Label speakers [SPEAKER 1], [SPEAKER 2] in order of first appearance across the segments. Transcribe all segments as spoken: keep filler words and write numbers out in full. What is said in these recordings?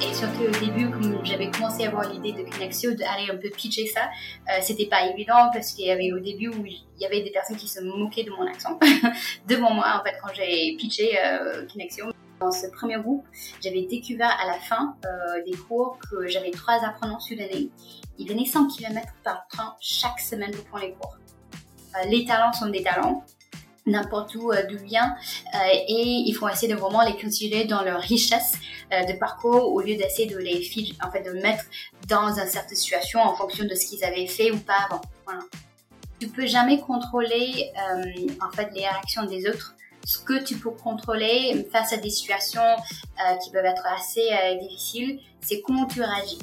[SPEAKER 1] et surtout au début, comme j'avais commencé à avoir l'idée de Connexio, d'aller un peu pitcher ça, euh, c'était pas évident parce qu'il y avait au début où il y avait des personnes qui se moquaient de mon accent devant moi, en fait, quand j'ai pitché euh, Connexio. Dans ce premier groupe, j'avais découvert à la fin euh, des cours que j'avais trois apprenants soudanais. Ils venaient cent kilomètres par train chaque semaine pour prendre les cours. Euh, les talents sont des talents, n'importe où euh, d'où vient, euh, et il faut essayer de vraiment les considérer dans leur richesse euh, de parcours au lieu d'essayer de les en fait, de mettre dans une certaine situation en fonction de ce qu'ils avaient fait ou pas avant. Voilà. Tu peux jamais contrôler euh, en fait, les réactions des autres. Ce que tu peux contrôler face à des situations euh, qui peuvent être assez euh, difficiles, c'est comment tu réagis.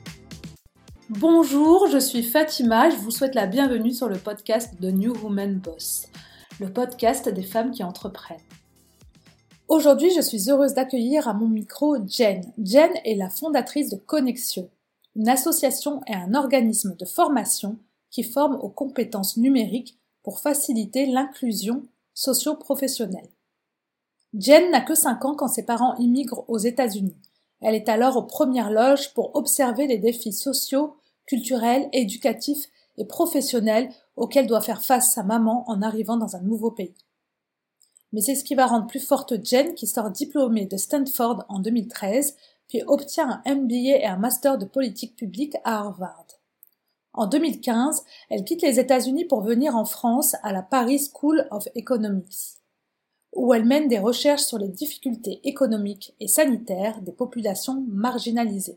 [SPEAKER 2] Bonjour, je suis Fatima, je vous souhaite la bienvenue sur le podcast de New Woman Boss, le podcast des femmes qui entreprennent. Aujourd'hui, je suis heureuse d'accueillir à mon micro Jen. Jen est la fondatrice de Connexio, une association et un organisme de formation qui forme aux compétences numériques pour faciliter l'inclusion socio-professionnelle. Jen n'a que cinq ans quand ses parents immigrent aux États-Unis. Elle est alors aux premières loges pour observer les défis sociaux, culturels, éducatifs et professionnels auxquels doit faire face sa maman en arrivant dans un nouveau pays. Mais c'est ce qui va rendre plus forte Jen, qui sort diplômée de Stanford en deux mille treize, puis obtient un M B A et un master de politique publique à Harvard. En deux mille quinze, elle quitte les États-Unis pour venir en France à la Paris School of Economics, où elle mène des recherches sur les difficultés économiques et sanitaires des populations marginalisées.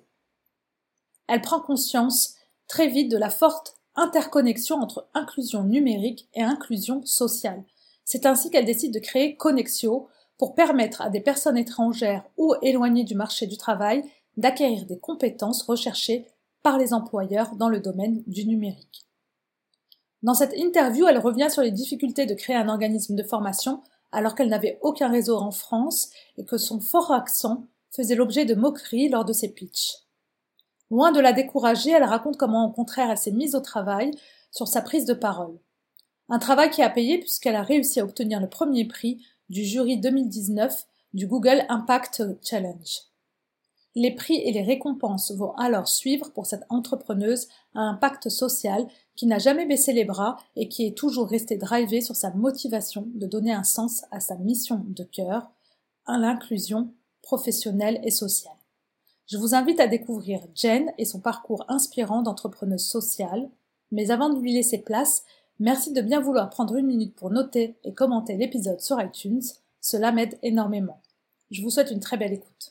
[SPEAKER 2] Elle prend conscience très vite de la forte interconnexion entre inclusion numérique et inclusion sociale. C'est ainsi qu'elle décide de créer Connexio pour permettre à des personnes étrangères ou éloignées du marché du travail d'acquérir des compétences recherchées par les employeurs dans le domaine du numérique. Dans cette interview, elle revient sur les difficultés de créer un organisme de formation alors qu'elle n'avait aucun réseau en France et que son fort accent faisait l'objet de moqueries lors de ses pitchs. Loin de la décourager, elle raconte comment au contraire elle s'est mise au travail sur sa prise de parole. Un travail qui a payé puisqu'elle a réussi à obtenir le premier prix du jury deux mille dix-neuf du Google Impact Challenge. Les prix et les récompenses vont alors suivre pour cette entrepreneuse à impact social qui n'a jamais baissé les bras et qui est toujours restée drivée sur sa motivation de donner un sens à sa mission de cœur, à l'inclusion professionnelle et sociale. Je vous invite à découvrir Jen et son parcours inspirant d'entrepreneuse sociale, mais avant de lui laisser place, merci de bien vouloir prendre une minute pour noter et commenter l'épisode sur iTunes, cela m'aide énormément. Je vous souhaite une très belle écoute.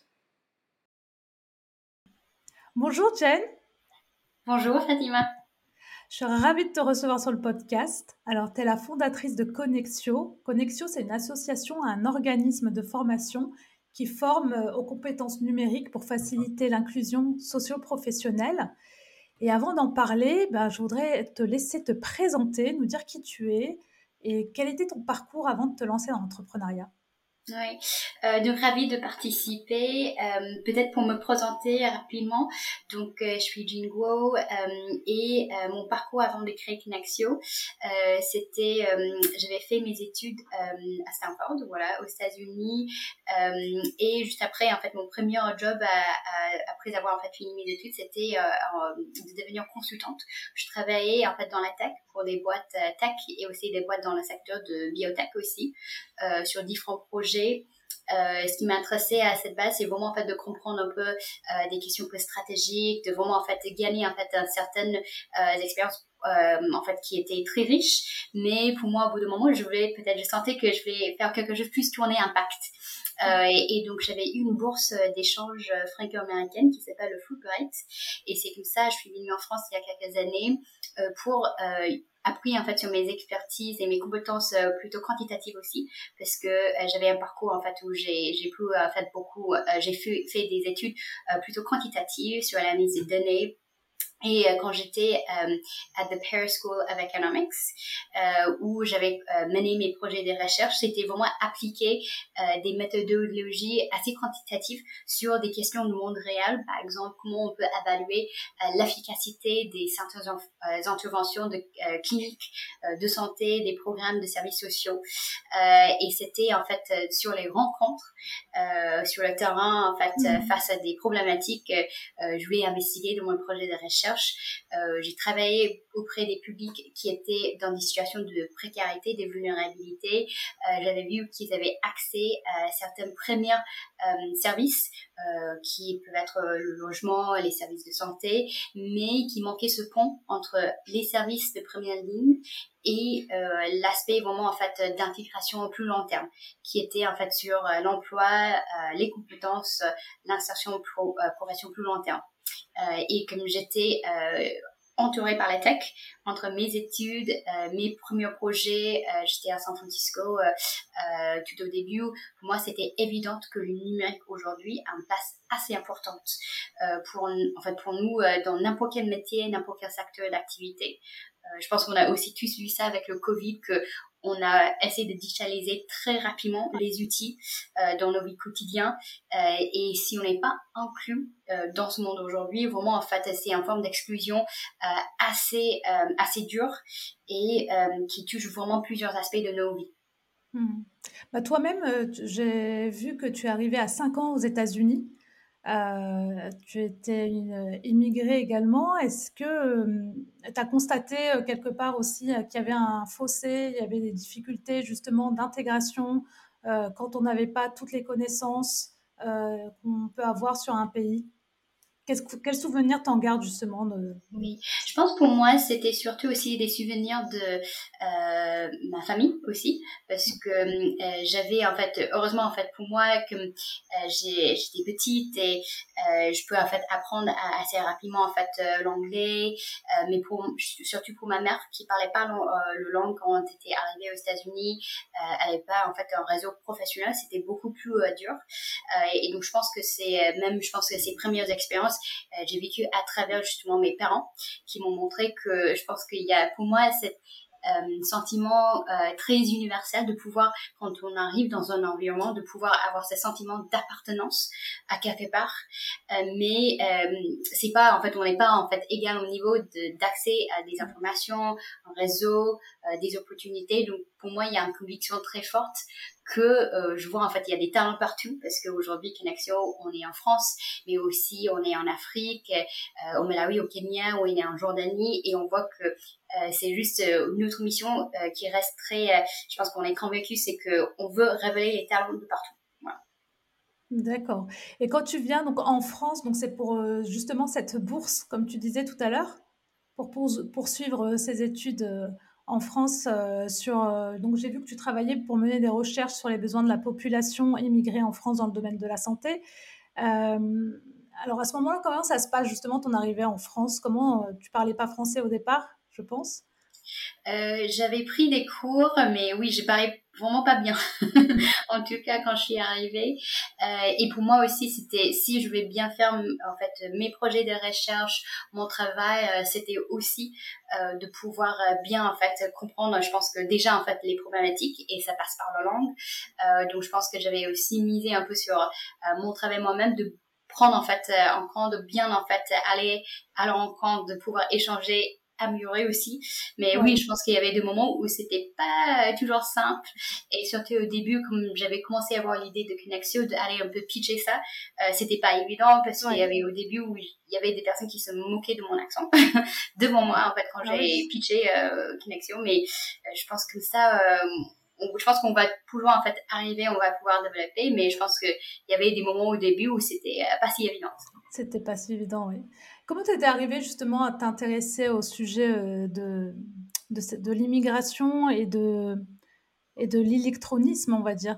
[SPEAKER 2] Bonjour Jen.
[SPEAKER 1] Bonjour Fatima.
[SPEAKER 2] Je suis ravie de te recevoir sur le podcast. Alors, tu es la fondatrice de Connexio. Connexio, c'est une association, un organisme de formation qui forme aux compétences numériques pour faciliter l'inclusion socio-professionnelle. Et avant d'en parler, ben, je voudrais te laisser te présenter, nous dire qui tu es et quel était ton parcours avant de te lancer dans l'entrepreneuriat.
[SPEAKER 1] Oui, euh, donc ravie de participer. Euh, peut-être pour me présenter rapidement, donc euh, je suis Jen Guo euh, et euh, mon parcours avant de créer Connexio, euh, c'était, euh, j'avais fait mes études euh, à Stanford, voilà, aux États-Unis, euh, et juste après, en fait, mon premier job à, à, après avoir en fait fini mes études, c'était euh, de devenir consultante. Je travaillais en fait dans la tech pour des boîtes euh, tech et aussi des boîtes dans le secteur de biotech aussi, euh, sur différents projets. Euh, ce qui m'intéressait à cette base, c'est vraiment en fait de comprendre un peu euh, des questions plus stratégiques, de vraiment en fait gagner en fait une certaine euh, expérience euh, en fait qui était très riche. Mais pour moi, au bout d'un moment, je voulais peut-être, je sentais que je voulais faire quelque chose plus tourné impact. Euh, et, et donc j'avais eu une bourse d'échange franco-américaine qui s'appelle le Fulbright, et c'est comme ça je suis venue en France il y a quelques années euh, pour euh, appris en fait sur mes expertises et mes compétences euh, plutôt quantitatives aussi, parce que euh, j'avais un parcours en fait où j'ai j'ai pu en fait beaucoup euh, j'ai fait, fait des études euh, plutôt quantitatives sur l'analyse des données Et euh, quand j'étais euh, à the Paris School of Economics, euh, où j'avais euh, mené mes projets de recherche, c'était vraiment appliquer euh, des méthodologies assez quantitatives sur des questions du monde réel. Par exemple, comment on peut évaluer euh, l'efficacité des certaines euh, interventions de, euh, cliniques euh, de santé, des programmes de services sociaux. Euh, et c'était en fait euh, sur les rencontres, euh, sur le terrain, en fait, mmh. euh, face à des problématiques, euh, je voulais investiguer dans mon projet de recherche. Euh, j'ai travaillé auprès des publics qui étaient dans des situations de précarité, de vulnérabilité. Euh, j'avais vu qu'ils avaient accès à certains premiers euh, services euh, qui peuvent être le logement, les services de santé, mais qui manquait ce pont entre les services de première ligne et euh, l'aspect vraiment en fait d'intégration au plus long terme, qui était en fait sur euh, l'emploi, euh, les compétences, euh, l'insertion pro, euh, profession plus long terme. Euh, et comme j'étais euh, entourée par la tech, entre mes études, euh, mes premiers projets, euh, j'étais à San Francisco euh, euh, tout au début. Pour moi, c'était évident que le numérique aujourd'hui a une place assez importante euh, pour, en fait, pour nous euh, dans n'importe quel métier, n'importe quel secteur d'activité. Euh, je pense qu'on a aussi tous vu ça avec le Covid, que on a essayé de digitaliser très rapidement les outils euh, dans nos vies quotidiennes. Euh, et si on n'est pas inclus euh, dans ce monde aujourd'hui, vraiment, en fait, c'est une forme d'exclusion euh, assez, euh, assez dure et euh, qui touche vraiment plusieurs aspects de nos vies.
[SPEAKER 2] Mmh. Bah, toi-même, euh, tu- j'ai vu que tu es arrivée à cinq ans aux États-Unis. Euh, tu étais une euh, immigrée également. Est-ce que tu as constaté euh, quelque part aussi euh, qu'il y avait un fossé, il y avait des difficultés justement d'intégration euh, quand on n'avait pas toutes les connaissances euh, qu'on peut avoir sur un pays? Qu'est-ce que- quel souvenir t'en gardes justement de...
[SPEAKER 1] Oui, je pense pour moi c'était surtout aussi des souvenirs de euh, ma famille aussi, parce que euh, j'avais en fait, heureusement en fait pour moi que euh, j'ai, j'étais petite et euh, je peux en fait apprendre à, assez rapidement en fait euh, l'anglais, euh, mais pour surtout pour ma mère qui parlait pas le, euh, le langue quand on était arrivé aux États-Unis, euh, elle n'avait pas en fait un réseau professionnel, c'était beaucoup plus euh, dur, euh, et, et donc je pense que c'est même je pense que ces premières expériences euh, j'ai vécu à travers justement mes parents qui m'ont montré que je pense qu'il y a pour moi cet euh, sentiment euh, très universel de pouvoir, quand on arrive dans un environnement, de pouvoir avoir ce sentiment d'appartenance à quelque part, euh, mais euh, c'est pas en fait on n'est pas en fait égal au niveau de, d'accès à des informations, un réseau, euh, des opportunités. Donc pour moi il y a une conviction très forte que euh, je vois en fait il y a des talents partout, parce qu'aujourd'hui Connexio on est en France mais aussi on est en Afrique, euh, au Malawi, au Kenya, on est en Jordanie, et on voit que euh, c'est juste euh, une autre mission euh, qui reste très, euh, je pense qu'on est convaincu, c'est qu'on veut révéler les talents de partout. Voilà.
[SPEAKER 2] D'accord. Et quand tu viens donc en France, donc c'est pour euh, justement cette bourse, comme tu disais tout à l'heure, pour pour- poursuivre euh, ces études euh, en France euh, sur. Euh, donc j'ai vu que tu travaillais pour mener des recherches sur les besoins de la population immigrée en France dans le domaine de la santé. Euh, alors à ce moment-là, comment ça se passe justement ton arrivée en France? Comment euh, tu parlais pas français au départ, je pense?
[SPEAKER 1] Euh, j'avais pris des cours, mais oui, je parlais vraiment pas bien. En tout cas, quand je suis arrivée. Euh, et pour moi aussi, c'était, si je voulais bien faire, en fait, mes projets de recherche, mon travail, euh, c'était aussi euh, de pouvoir euh, bien, en fait, comprendre, je pense que déjà, en fait, les problématiques, et ça passe par la langue. Euh, donc, je pense que j'avais aussi misé un peu sur euh, mon travail moi-même, de prendre, en fait, euh, en compte, de bien, en fait, aller à la rencontre, de pouvoir échanger, améliorer aussi. Mais
[SPEAKER 2] Ouais.
[SPEAKER 1] oui, je pense qu'il y avait des moments où c'était pas toujours simple, et surtout au début, comme j'avais commencé à avoir l'idée de Connexio, d'aller un peu pitcher ça, euh, c'était pas évident, parce qu'il y
[SPEAKER 2] Ouais.
[SPEAKER 1] avait au début où il y avait des personnes qui se moquaient de mon accent devant moi en fait quand
[SPEAKER 2] Ah
[SPEAKER 1] j'ai
[SPEAKER 2] oui.
[SPEAKER 1] pitché euh, Connexio, mais euh, je pense que ça euh, on, je pense qu'on va pouvoir en fait arriver, on va pouvoir développer, mais je pense qu'il y avait des moments au début où c'était euh, pas si évident.
[SPEAKER 2] C'était pas si évident, oui. Comment tu étais arrivée justement à t'intéresser au sujet euh, de, de, ce- de l'immigration et de, et de l'électronisme, on va dire?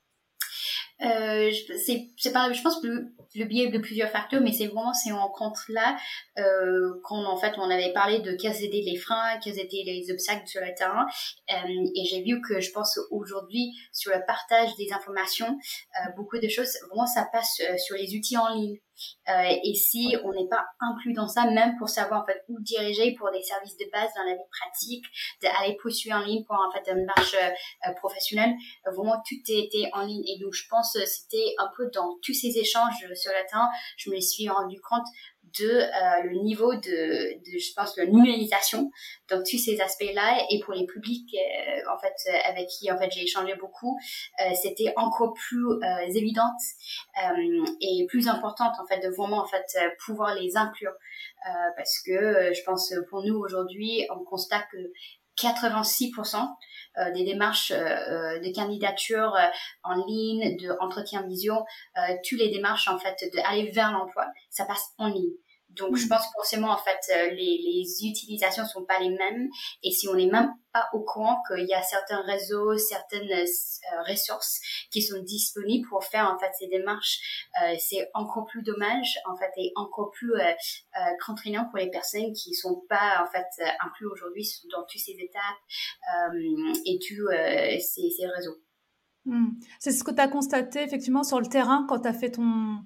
[SPEAKER 1] Euh, je- c'est, c'est pas, je pense, le, le biais de plusieurs facteurs, mais c'est vraiment ces rencontres-là, euh, quand en fait on avait parlé de quels étaient les freins, quels étaient les obstacles sur le terrain, euh, et j'ai vu que je pense aujourd'hui sur le partage des informations, euh, beaucoup de choses, vraiment ça passe euh, sur les outils en ligne. Euh, et si on n'est pas inclus dans ça, même pour savoir en fait où diriger pour des services de base dans la vie pratique, d'aller postuler en ligne pour en fait une marche euh, professionnelle, euh, vraiment tout était en ligne. Et donc je pense que c'était un peu dans tous ces échanges sur le terrain, je me suis rendu compte de euh, le niveau de, de je pense de la numérisation dans tous ces aspects-là, et pour les publics euh, en fait euh, avec qui en fait j'ai échangé beaucoup, euh, c'était encore plus euh, évidente euh, et plus importante en fait de vraiment en fait euh, pouvoir les inclure euh, parce que euh, je pense pour nous aujourd'hui on constate que quatre-vingt-six pour cent euh, des démarches euh, de candidature euh, en ligne, de entretien visio, euh, toutes les démarches en fait d'aller vers l'emploi, ça passe en ligne. Donc, mmh. je pense forcément, en fait, euh, les, les utilisations sont pas les mêmes. Et si on n'est même pas au courant qu'il y a certains réseaux, certaines euh, ressources qui sont disponibles pour faire, en fait, ces démarches, euh, c'est encore plus dommage, en fait, et encore plus euh, euh, contraignant pour les personnes qui sont pas, en fait, euh, inclus aujourd'hui dans toutes ces étapes euh, et tous euh, ces, ces réseaux.
[SPEAKER 2] Mmh. C'est ce que tu as constaté, effectivement, sur le terrain quand tu as fait ton...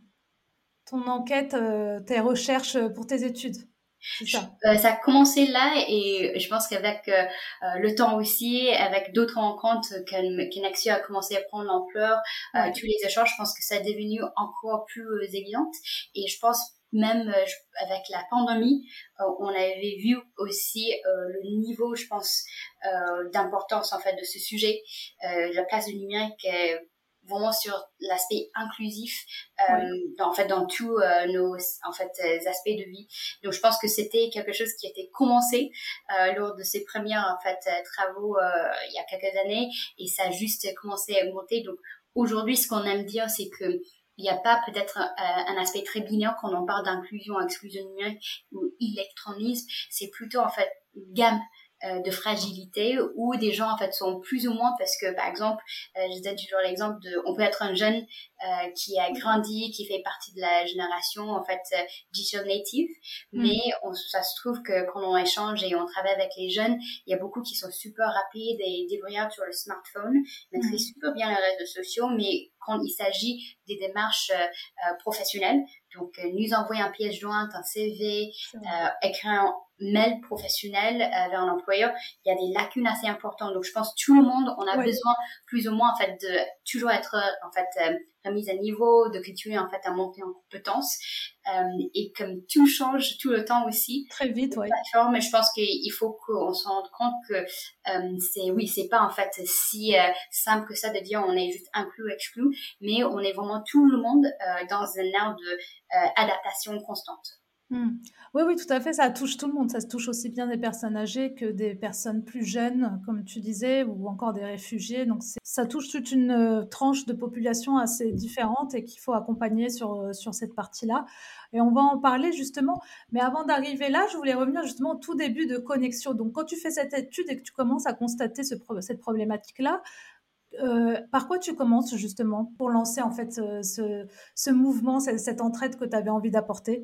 [SPEAKER 2] ton enquête, euh, tes recherches pour tes études, c'est ça?
[SPEAKER 1] Euh, ça a commencé là, et je pense qu'avec euh, le temps aussi, avec d'autres rencontres, qu'Inaxio a commencé à prendre l'ampleur, ouais. euh, tous les échanges, je pense que ça est devenu encore plus euh, évident. Et je pense même euh, je, avec la pandémie, euh, on avait vu aussi euh, le niveau, je pense, euh, d'importance en fait de ce sujet, euh, la place du numérique. Euh, vraiment sur l'aspect inclusif euh, ouais. dans, en fait dans tous euh, nos en fait euh, aspects de vie. Donc je pense que c'était quelque chose qui a été commencé euh, lors de ces premiers en fait euh, travaux euh, il y a quelques années, et ça a juste commencé à augmenter. Donc aujourd'hui, ce qu'on aime dire, c'est que il n'y a pas peut-être euh, un aspect très binaire quand on parle d'inclusion, exclusion numérique ou électronisme. C'est plutôt en fait une gamme de fragilité, où des gens en fait sont plus ou moins, parce que par exemple euh, je donne toujours l'exemple de, on peut être un jeune euh, qui a grandi, qui fait partie de la génération en fait euh, digital native, mm. mais on, ça se trouve que quand on échange et on travaille avec les jeunes, il y a beaucoup qui sont super rapides et débrouillards sur le smartphone, maîtrisent mm. super bien les réseaux sociaux, mais quand il s'agit des démarches euh, professionnelles, donc euh, nous envoyer un pièce jointe, un C V, euh, écrire un mail professionnel euh, vers l'employeur, il y a des lacunes assez importantes. Donc je pense que tout le monde, on a ouais. besoin plus ou moins en fait de toujours être en fait euh, remise à niveau, de continuer en fait à monter en compétences. Euh, et comme tout change tout le temps aussi,
[SPEAKER 2] très vite, oui.
[SPEAKER 1] Mais je pense qu'il faut qu'on se rende compte que euh, c'est oui, c'est pas en fait si euh, simple que ça de dire on est juste inclus ou exclu, mais on est vraiment tout le monde euh, dans un air de euh, adaptation constante.
[SPEAKER 2] Mmh. Oui, oui, tout à fait, ça touche tout le monde. Ça se touche aussi bien des personnes âgées que des personnes plus jeunes, comme tu disais, ou encore des réfugiés. Donc, ça touche toute une euh, tranche de population assez différente et qu'il faut accompagner sur, euh, sur cette partie-là. Et on va en parler justement. Mais avant d'arriver là, je voulais revenir justement au tout début de Connexion. Donc, quand tu fais cette étude et que tu commences à constater ce, cette problématique-là, euh, par quoi tu commences justement pour lancer en fait ce, ce, ce mouvement, cette, cette entraide que tu avais envie d'apporter?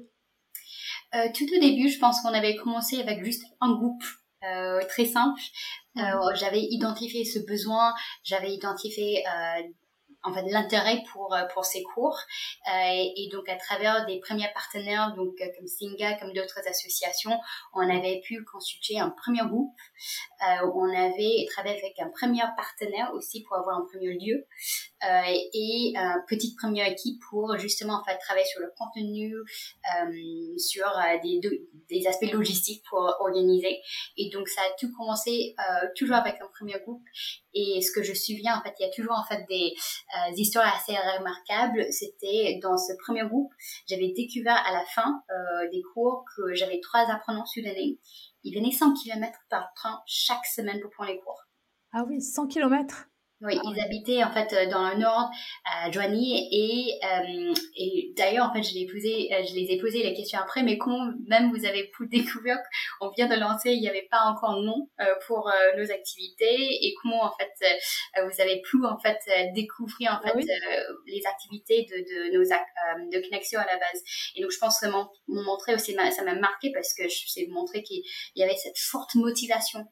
[SPEAKER 1] Euh, tout au début, je pense qu'on avait commencé avec juste un groupe euh, très simple. Euh, j'avais identifié ce besoin, j'avais identifié euh, en fait l'intérêt pour pour ces cours euh, et, et donc à travers des premiers partenaires, donc comme Singa, comme d'autres associations, on avait pu constituer un premier groupe. Euh, on avait travaillé avec un premier partenaire aussi pour avoir un premier lieu euh, et une petite première équipe pour justement en fait travailler sur le contenu, euh, sur euh, des, des aspects logistiques pour organiser. Et donc ça a tout commencé euh, toujours avec un premier groupe. Et ce que je me souviens, en fait, il y a toujours en fait des euh, histoires assez remarquables. C'était dans ce premier groupe, j'avais découvert à la fin euh, des cours que j'avais trois apprenants sudanais. Ils venaient cent kilomètres par train chaque semaine pour prendre les cours.
[SPEAKER 2] Ah oui, cent kilomètres.
[SPEAKER 1] Oui, ah, ils ouais. habitaient en fait dans le nord, à Joigny, et, euh, et d'ailleurs en fait je les posé, je les ai posé la question après, mais comment même vous avez pu découvrir qu'on vient de lancer, il n'y avait pas encore de nom euh, pour euh, nos activités, et comment en fait euh, vous avez pu en fait découvrir en fait ah oui. euh, les activités de, de nos euh, de Connexion à la base. Et donc je pense que m'ont montré aussi, ça m'a marqué parce que c'est montré qu'il y avait cette forte motivation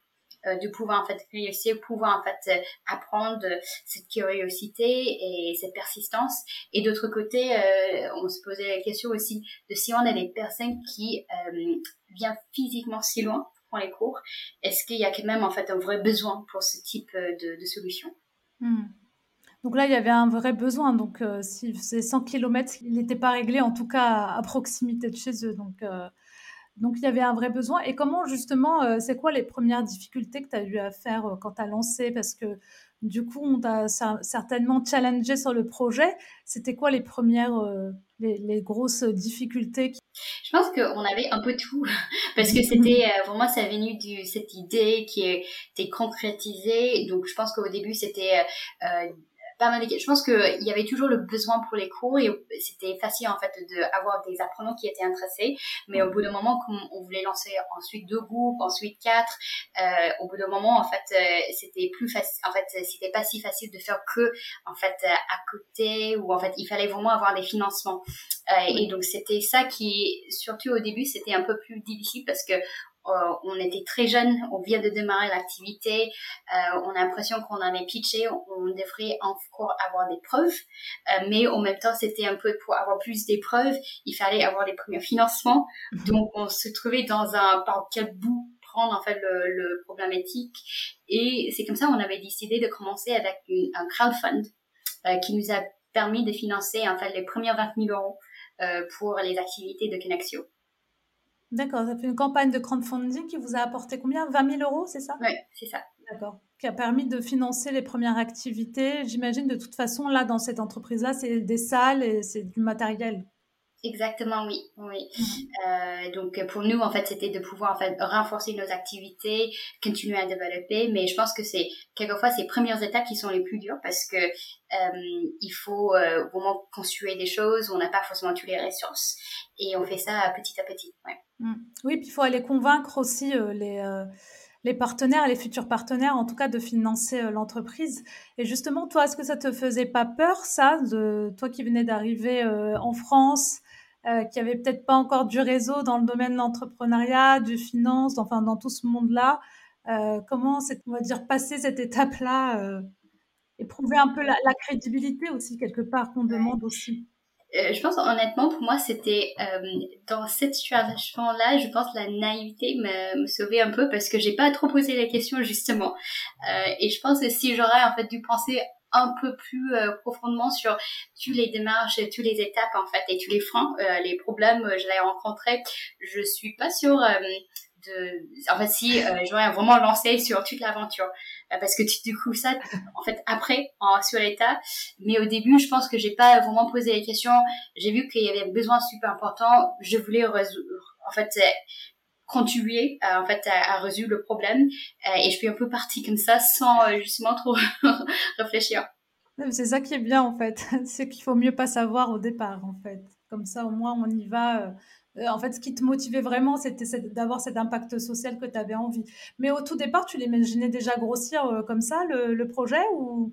[SPEAKER 1] euh, de pouvoir en fait réussir, pouvoir en fait euh, apprendre cette curiosité et cette persistance. Et d'autre côté, euh, on se posait la question aussi de si on a des personnes qui euh, viennent physiquement si loin pour les cours, est-ce qu'il y a quand même en fait un vrai besoin pour ce type de, de solution?
[SPEAKER 2] Hmm. Donc là, il y avait un vrai besoin. Donc, euh, si c'est cent kilomètres, il n'était pas réglé, en tout cas à, à proximité de chez eux. Donc, euh, donc, il y avait un vrai besoin. Et comment, justement, euh, c'est quoi les premières difficultés que tu as eu à faire euh, quand tu as lancé? Parce que du coup, on t'a cer- certainement challengé sur le projet. C'était quoi les premières, euh, les, les grosses difficultés qui...
[SPEAKER 1] Je pense qu'on avait un peu tout parce que c'était euh, pour moi ça est venu de cette idée qui était concrétisée. Donc je pense qu'au début c'était euh, euh, pas mal de... Je pense qu'il y avait toujours le besoin pour les cours et c'était facile en fait d'avoir des apprenants qui étaient intéressés. Mais au bout d'un moment, comme on voulait lancer ensuite deux groupes, ensuite quatre, euh, au bout d'un moment en fait euh, c'était plus facile. En fait c'était pas si facile de faire que en fait euh, à côté ou en fait il fallait vraiment avoir des financements. Euh, et donc c'était ça qui, surtout au début, c'était un peu plus difficile parce que euh, on était très jeunes, on vient de démarrer l'activité, euh, on a l'impression qu'on avait pitché, on, on devrait encore avoir des preuves, euh, mais en même temps c'était un peu pour avoir plus des preuves, il fallait avoir des premiers financements, donc on se trouvait dans un par quel bout prendre en fait le, le problématique, et c'est comme ça on avait décidé de commencer avec une, un crowdfund euh, qui nous a permis de financer en fait les premières vingt mille euros euh, pour les activités de Connexio.
[SPEAKER 2] D'accord, ça fait une campagne de crowdfunding qui vous a apporté combien? vingt mille euros, c'est ça?
[SPEAKER 1] Oui, c'est ça.
[SPEAKER 2] D'accord. Qui a permis de financer les premières activités. J'imagine de toute façon, là, dans cette entreprise-là, c'est des salles et c'est du matériel.
[SPEAKER 1] Exactement, oui, oui.
[SPEAKER 2] Mmh.
[SPEAKER 1] Euh, donc pour nous, en fait, c'était de pouvoir en fait renforcer nos activités, continuer à développer. Mais je pense que c'est quelquefois ces premières étapes qui sont les plus dures parce que euh, il faut euh, vraiment construire des choses. On n'a pas forcément toutes les ressources et on fait ça petit à petit. Ouais.
[SPEAKER 2] Mmh. Oui, puis il faut aller convaincre aussi euh, les, euh, les partenaires, les futurs partenaires, en tout cas, de financer euh, l'entreprise. Et justement, toi, est-ce que ça te faisait pas peur, ça, de toi qui venais d'arriver euh, en France, euh, qui avait peut-être pas encore du réseau dans le domaine de l'entrepreneuriat, du finance, enfin dans tout ce monde-là, euh, comment c'est, on va dire, passer cette étape-là, euh, et prouver un peu la, la crédibilité aussi quelque part qu'on demande aussi.
[SPEAKER 1] Euh, je pense honnêtement pour moi c'était euh, dans cette situation là je pense la naïveté me, me sauvait un peu parce que j'ai pas trop posé la question justement euh, et je pense que si j'aurais en fait dû penser un peu plus euh, profondément sur toutes les démarches et toutes les étapes en fait et tous les freins euh, les problèmes euh, je l'ai rencontré je suis pas sûre euh, de en fait si euh, j'aurais vraiment lancé sur toute l'aventure euh, parce que tu découvres ça en fait après en, sur l'état mais au début je pense que j'ai pas vraiment posé les questions j'ai vu qu'il y avait un besoin super important je voulais résoudre en fait euh, contribuer euh, en fait à, à résoudre le problème euh, et je suis un peu partie comme ça sans euh, justement trop réfléchir.
[SPEAKER 2] C'est ça qui est bien en fait, c'est qu'il faut mieux pas savoir au départ en fait. Comme ça au moins on y va. Euh, en fait, ce qui te motivait vraiment, c'était cette- d'avoir cet impact social que tu avais envie. Mais au tout départ, tu l'imaginais déjà grossir euh, comme ça, le, le projet ou...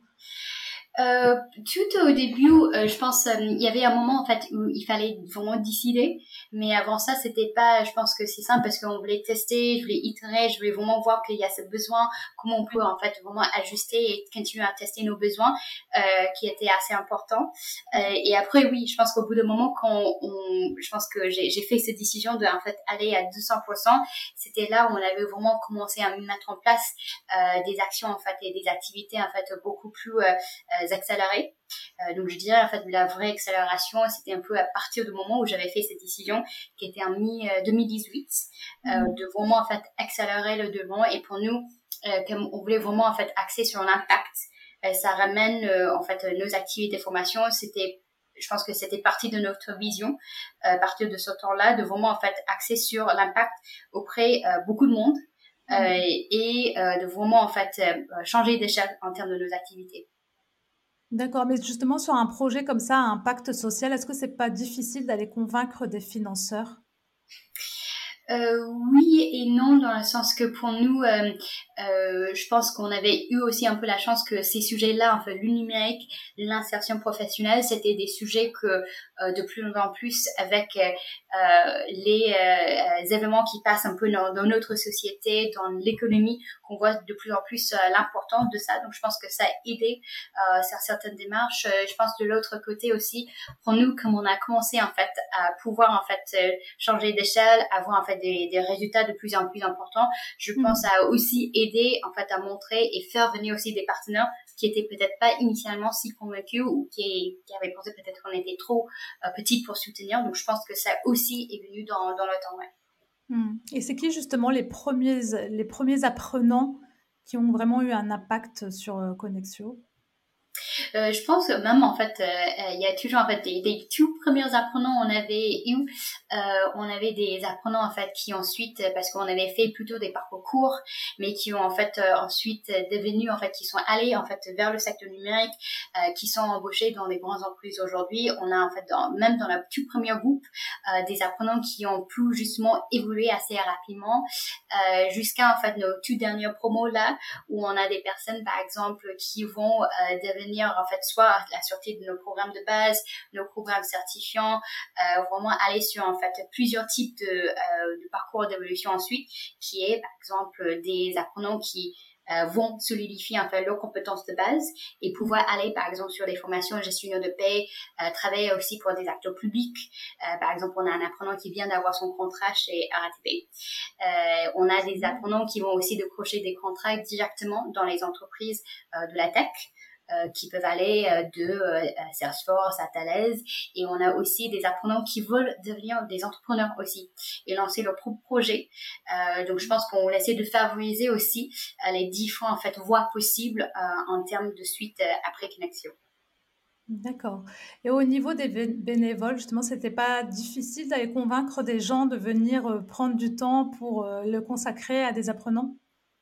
[SPEAKER 1] Euh, tout au début, euh, je pense, euh, il y avait un moment en fait où il fallait vraiment décider, mais avant ça, c'était pas. Je pense que c'est simple parce qu'on voulait tester, je voulais itérer, je voulais vraiment voir qu'il y a ce besoin, comment on peut en fait vraiment ajuster et continuer à tester nos besoins, euh, qui étaient assez importants. Euh, et après, oui, je pense qu'au bout d'un moment, quand on, je pense que j'ai, j'ai fait cette décision de en fait aller à deux cents pour cent, c'était là où on avait vraiment commencé à mettre en place euh, des actions en fait et des activités en fait beaucoup plus euh, accélérés. Euh, donc je dirais en fait la vraie accélération, c'était un peu à partir du moment où j'avais fait cette décision qui était en mi deux mille dix-huit, euh,
[SPEAKER 2] Mhm.
[SPEAKER 1] de vraiment en fait accélérer le devant. Et pour nous, euh, comme on voulait vraiment en fait axer sur l'impact, euh, ça ramène euh, en fait nos activités de formation. C'était, je pense que c'était partie de notre vision, euh, à partir de ce temps-là, de vraiment en fait axer sur l'impact auprès euh, beaucoup de monde. Euh, et euh, de vraiment en fait euh, changer d'échelle en termes de nos activités.
[SPEAKER 2] D'accord, mais justement sur un projet comme ça, un pacte social, est-ce que c'est pas difficile d'aller convaincre des financeurs?
[SPEAKER 1] Euh, oui et non, dans le sens que pour nous, euh, euh, je pense qu'on avait eu aussi un peu la chance que ces sujets-là, enfin le numérique, l'insertion professionnelle, c'était des sujets que euh, de plus en plus avec euh, euh, les euh, événements qui passent un peu dans, dans notre société, dans l'économie, qu'on voit de plus en plus euh, l'importance de ça. Donc je pense que ça a aidé euh, sur certaines démarches. Euh, je pense de l'autre côté aussi, pour nous, comme on a commencé en fait à pouvoir en fait euh, changer d'échelle, avoir en fait des, des résultats de plus en plus importants, je
[SPEAKER 2] Mmh.
[SPEAKER 1] pense à aussi aider en fait à montrer et faire venir aussi des partenaires qui étaient peut-être pas initialement si convaincus ou qui, qui avaient pensé peut-être qu'on était trop euh, petite pour soutenir. Donc je pense que ça aussi est venu dans, dans le temps. Ouais.
[SPEAKER 2] Mmh. Et c'est qui justement les premiers, les premiers apprenants qui ont vraiment eu un impact sur euh, Connexio?
[SPEAKER 1] Euh, je pense que même en fait, euh, euh, il y a toujours en fait des, des tout premiers apprenants. On avait eu, euh, on avait des apprenants en fait qui ensuite, euh, parce qu'on avait fait plutôt des parcours courts, mais qui ont en fait euh, ensuite devenu en fait, qui sont allés en fait vers le secteur numérique, euh, qui sont embauchés dans des grandes entreprises aujourd'hui. On a en fait dans, même dans le tout premier groupe euh, des apprenants qui ont pu justement évoluer assez rapidement euh, jusqu'à en fait nos tout dernières promos là où on a des personnes par exemple qui vont euh, devenir en fait soit à la sortie de nos programmes de base, nos programmes certifiants, euh, vraiment aller sur en fait plusieurs types de, euh, de parcours d'évolution ensuite, qui est par exemple des apprenants qui euh, vont solidifier en fait leurs compétences de base et pouvoir aller par exemple sur des formations gestionnaires de paie, euh, travailler aussi pour des acteurs publics. Euh, par exemple, on a un apprenant qui vient d'avoir son contrat chez R A T P. Euh, on a des apprenants qui vont aussi décrocher des contrats directement dans les entreprises euh, de la tech. Euh, qui peuvent aller euh, de euh, Salesforce à Thales, et on a aussi des apprenants qui veulent devenir des entrepreneurs aussi et lancer leur propre projet. Euh, donc je pense qu'on essaie de favoriser aussi euh, les différentes en fait voies possibles euh, en termes de suite euh, après Connexio.
[SPEAKER 2] D'accord. Et au niveau des bé- bénévoles, justement, c'était pas difficile d'aller convaincre des gens de venir euh, prendre du temps pour euh, le consacrer à des apprenants?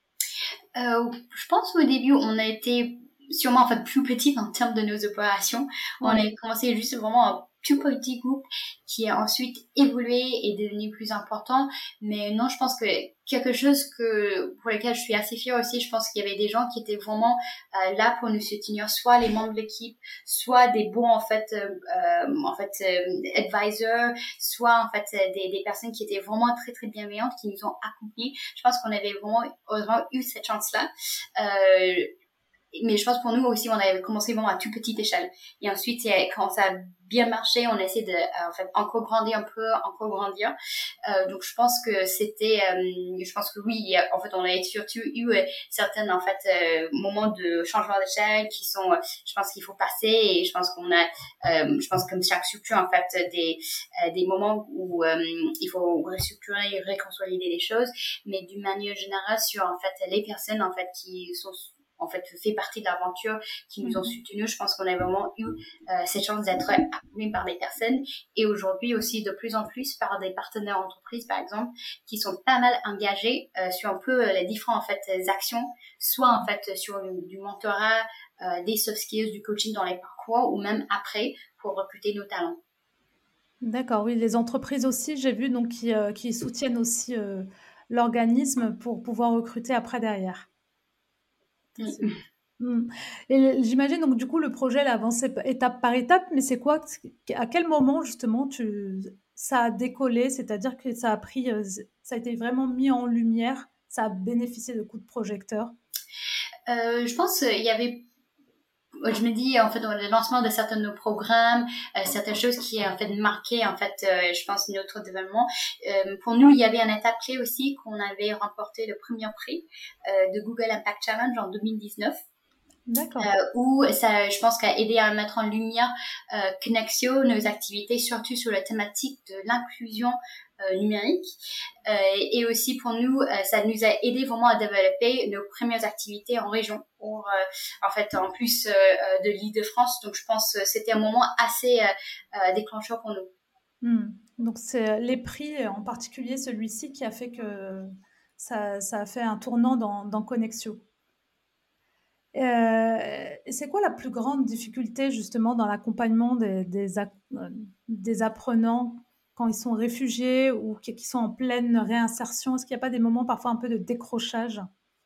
[SPEAKER 1] Euh, je pense qu'au début, on a été sûrement en fait plus petite en termes de nos opérations. On a
[SPEAKER 2] Ouais.
[SPEAKER 1] commencé juste vraiment un tout petit groupe qui a ensuite évolué et devenu plus important. Mais non, je pense que quelque chose que pour lequel je suis assez fière aussi, je pense qu'il y avait des gens qui étaient vraiment euh, là pour nous soutenir, soit les membres de l'équipe, soit des bons en fait, euh, euh, en fait euh, advisors, soit en fait des, des personnes qui étaient vraiment très très bienveillantes, qui nous ont accompagnés. Je pense qu'on avait vraiment heureusement eu cette chance-là. Euh, mais je pense pour nous aussi, on avait commencé vraiment à toute petite échelle. Et ensuite, quand ça a bien marché, on a essayé de, euh, en fait, encore grandir un peu, encore grandir. Euh, donc, je pense que c'était, euh, je pense que oui, en fait, on a surtout eu euh, certains, en fait, euh, moments de changement d'échelle qui sont, euh, je pense qu'il faut passer, et je pense qu'on a, euh, je pense comme chaque structure, en fait, des, euh, des moments où euh, il faut restructurer et reconsolider les choses, mais d'une manière générale sur, en fait, les personnes, en fait, qui sont en fait fait partie de l'aventure, qui nous ont
[SPEAKER 2] Mhm.
[SPEAKER 1] soutenus. Je pense qu'on a vraiment eu euh, cette chance d'être accompagnés par des personnes, et aujourd'hui aussi de plus en plus par des partenaires entreprises par exemple, qui sont pas mal engagés euh, sur un peu euh, les différentes en fait actions, soit en fait sur du, du mentorat, euh, des soft skills, du coaching dans les parcours, ou même après pour recruter nos talents.
[SPEAKER 2] D'accord, oui, les entreprises aussi, j'ai vu, donc qui, euh, qui soutiennent aussi euh, l'organisme pour pouvoir recruter après derrière. C'est-
[SPEAKER 1] Mm.
[SPEAKER 2] Hmm. Et le- j'imagine donc du coup le projet il a avancé p- étape par étape, mais c'est quoi, à quel moment justement tu, ça a décollé, c'est-à-dire que ça a pris, euh, ça a été vraiment mis en lumière, ça a bénéficié de coups de projecteur.
[SPEAKER 1] Euh, je pense qu'il y avait, je me dis en fait dans le lancement de certains de nos programmes, euh, certaines choses qui en fait marqué en fait euh, je pense notre développement. Euh, pour nous, il y avait un étape clé aussi, qu'on avait remporté le premier prix euh, de Google Impact Challenge en deux mille dix-neuf. Euh,
[SPEAKER 2] D'accord.
[SPEAKER 1] où ça, je pense, qu'a aidé à mettre en lumière euh, Connexio, nos activités, surtout sur la thématique de l'inclusion euh, numérique. Euh, et aussi pour nous, euh, ça nous a aidé vraiment à développer nos premières activités en région, pour, euh, en fait, en plus euh, de l'Île-de-France. Donc, je pense que c'était un moment assez euh, euh, déclencheur pour nous.
[SPEAKER 2] Hmm. Donc c'est les prix, en particulier celui-ci, qui a fait que ça, ça a fait un tournant dans, dans Connexio. Euh, et c'est quoi la plus grande difficulté justement dans l'accompagnement des, des, ac- euh, des apprenants quand ils sont réfugiés ou qui qui sont en pleine réinsertion? Est-ce qu'il n'y a pas des moments parfois un peu de décrochage?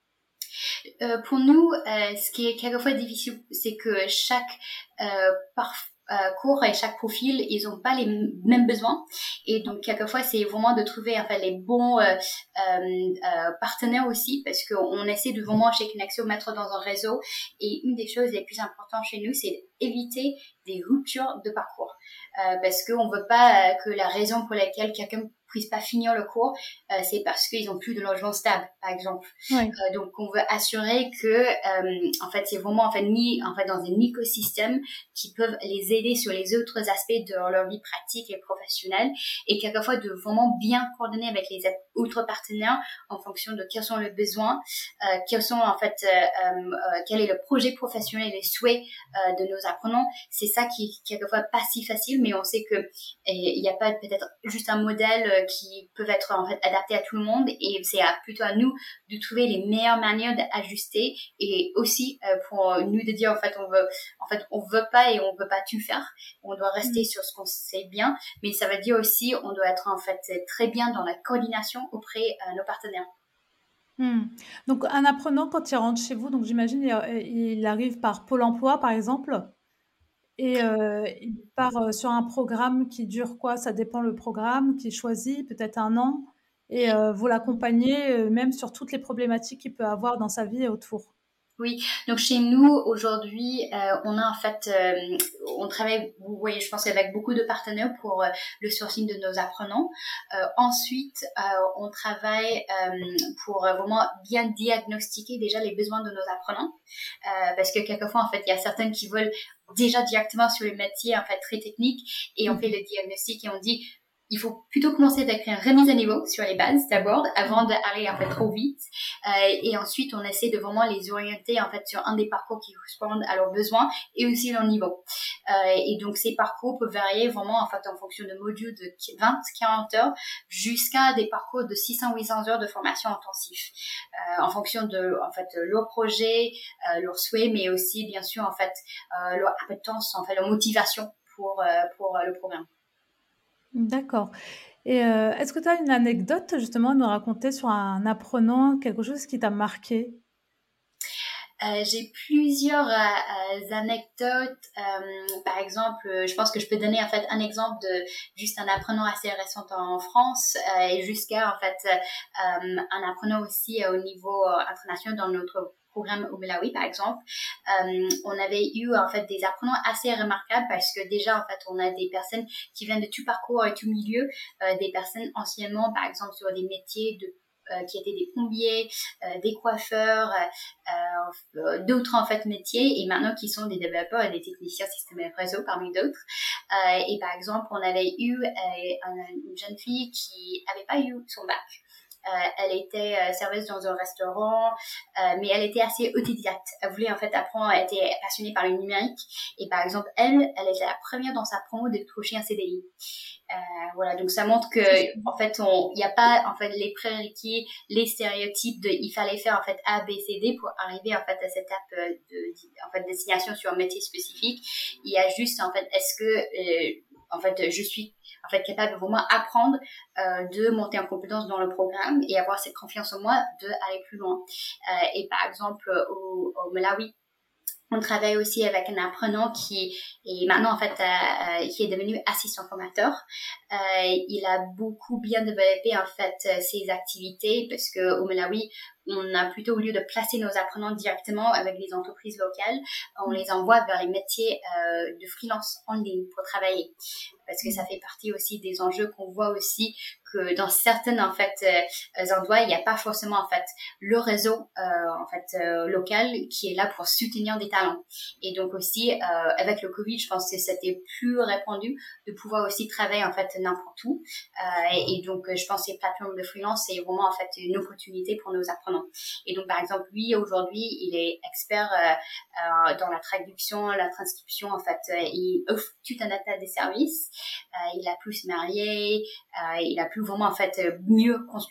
[SPEAKER 1] Euh, pour nous, euh, ce qui est quelquefois difficile, c'est que chaque euh, parf- euh, cours et chaque profil, ils n'ont pas les m- mêmes besoins. Et donc, quelquefois, c'est vraiment de trouver en fait, les bons euh, euh, euh, partenaires aussi, parce qu'on essaie de vraiment, chez Kinaxio, mettre dans un réseau. Et une des choses les plus importantes chez nous, c'est d'éviter des ruptures de parcours. Euh, parce qu'on ne veut pas euh, que la raison pour laquelle quelqu'un puisse pas finir le cours, euh, c'est parce qu'ils ont plus de logement stable, par exemple.
[SPEAKER 2] Oui.
[SPEAKER 1] Euh, donc, on veut assurer que, euh, en fait, c'est vraiment en fait mis en fait dans un écosystème qui peuvent les aider sur les autres aspects de leur vie pratique et professionnelle, et quelquefois de vraiment bien coordonner avec les autres partenaires en fonction de quels sont les besoins, euh, quels sont en fait, euh, euh, quel est le projet professionnel et les souhaits euh, de nos apprenants. C'est ça qui est quelquefois pas si facile, mais on sait que il n'y a pas peut-être juste un modèle euh, qui peut être en fait adapté à tout le monde, et c'est à, plutôt à nous de trouver les meilleures manières d'ajuster, et aussi euh, pour nous de dire en fait on veut en fait on veut pas et on veut pas tout faire, on doit rester mmh. sur ce qu'on sait bien, mais ça veut dire aussi on doit être en fait très bien dans la coordination auprès de euh, nos partenaires.
[SPEAKER 2] Mmh. Donc un apprenant quand il rentre chez vous, donc j'imagine il, il arrive par Pôle emploi par exemple, et euh, il part euh, sur un programme qui dure quoi? Ça dépend le programme qu'il choisit, peut-être un an, et euh, vous l'accompagnez euh, même sur toutes les problématiques qu'il peut avoir dans sa vie et autour.
[SPEAKER 1] Oui, donc chez nous aujourd'hui, euh, on a en fait, euh, on travaille, vous voyez, je pense avec beaucoup de partenaires pour euh, le sourcing de nos apprenants. Euh, ensuite, euh, on travaille euh, pour vraiment bien diagnostiquer déjà les besoins de nos apprenants, euh, parce que quelquefois en fait, il y a certains qui veulent déjà directement sur le métier en fait très technique, et on fait le diagnostic et on dit il faut plutôt commencer avec une remise à niveau sur les bases d'abord, avant d'aller en fait trop vite. Euh, et ensuite, on essaie de vraiment les orienter en fait sur un des parcours qui correspondent à leurs besoins et aussi leur niveau. Euh, et donc, ces parcours peuvent varier vraiment en fait en fonction de modules de vingt à quarante heures jusqu'à des parcours de six cents à huit cents heures de formation intensive, euh, en fonction de en fait leur projet, euh, leurs souhaits, mais aussi bien sûr en fait euh, leur appétence, en fait leur motivation pour euh, pour euh, le programme.
[SPEAKER 2] D'accord. Et euh, est-ce que tu as une anecdote justement à nous raconter sur un apprenant, quelque chose qui t'a marqué?
[SPEAKER 1] Euh, j'ai plusieurs euh, anecdotes. Euh, par exemple, je pense que je peux donner en fait un exemple de juste un apprenant assez récent en France euh, et jusqu'à en fait euh, un apprenant aussi euh, au niveau international dans notre programme au Malawi, par exemple. Euh, on avait eu en fait des apprenants assez remarquables parce que déjà en fait on a des personnes qui viennent de tout parcours et tout milieu, euh, des personnes anciennement par exemple sur des métiers de Euh, qui étaient des plombiers, euh, des coiffeurs, euh, d'autres en fait métiers, et maintenant qui sont des développeurs et des techniciens système et réseau parmi d'autres. Euh, et par exemple, on avait eu euh, une jeune fille qui avait pas eu son bac. Euh, elle était euh, serveuse dans un restaurant, euh, mais elle était assez autodidacte. Elle voulait en fait apprendre, elle était passionnée par le numérique. Et par exemple, elle, elle était la première dans sa promo de décrocher un C D I. Euh, voilà, donc ça montre que en fait, on, il n'y a pas en fait les prérequis, les stéréotypes de, il fallait faire en fait A, B, C, D pour arriver en fait à cette étape de, en fait destination sur un métier spécifique. Il y a juste en fait, est-ce que euh, en fait je suis en fait capable de vraiment apprendre, euh, de monter en compétence dans le programme et avoir cette confiance en moi de aller plus loin. Euh, et par exemple au, au Malawi, on travaille aussi avec un apprenant qui est maintenant en fait euh, qui est devenu assistant formateur. Euh, il a beaucoup bien développé en fait ses activités parce que au Malawi, on a plutôt au lieu de placer nos apprenants directement avec les entreprises locales, on les envoie vers les métiers euh, de freelance en ligne pour travailler, parce que ça fait partie aussi des enjeux qu'on voit aussi que dans certaines en fait euh, endroits, il n'y a pas forcément en fait le réseau euh, en fait euh, local qui est là pour soutenir des talents. Et donc aussi euh, avec le Covid, je pense que c'était plus répandu de pouvoir aussi travailler en fait n'importe où. Euh, et, et donc je pense que les plateformes de freelance c'est vraiment en fait une opportunité pour nos apprenants. Et donc par exemple lui aujourd'hui, il est expert euh, euh, dans la traduction, la transcription en fait. Euh, il offre tout un tas de services. Euh, il a pu se marier, euh, il a pu vraiment en fait mieux construire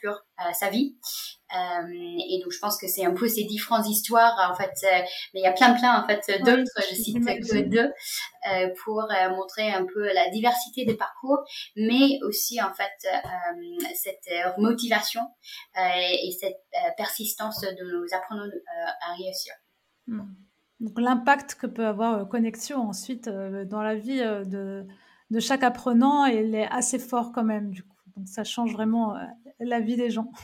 [SPEAKER 1] euh, sa vie. Euh, et donc je pense que c'est un peu ces différentes histoires en fait, euh, mais il y a plein plein en fait d'autres, oui, je cite que deux, euh, pour euh, montrer un peu la diversité des parcours, mais aussi en fait euh, cette motivation euh, et cette euh, persistance de nos apprenants euh, à réussir.
[SPEAKER 2] Mmh. Donc l'impact que peut avoir euh, Connexion ensuite euh, dans la vie euh, de, de chaque apprenant, il est assez fort quand même du coup. Donc ça change vraiment euh, la vie des gens.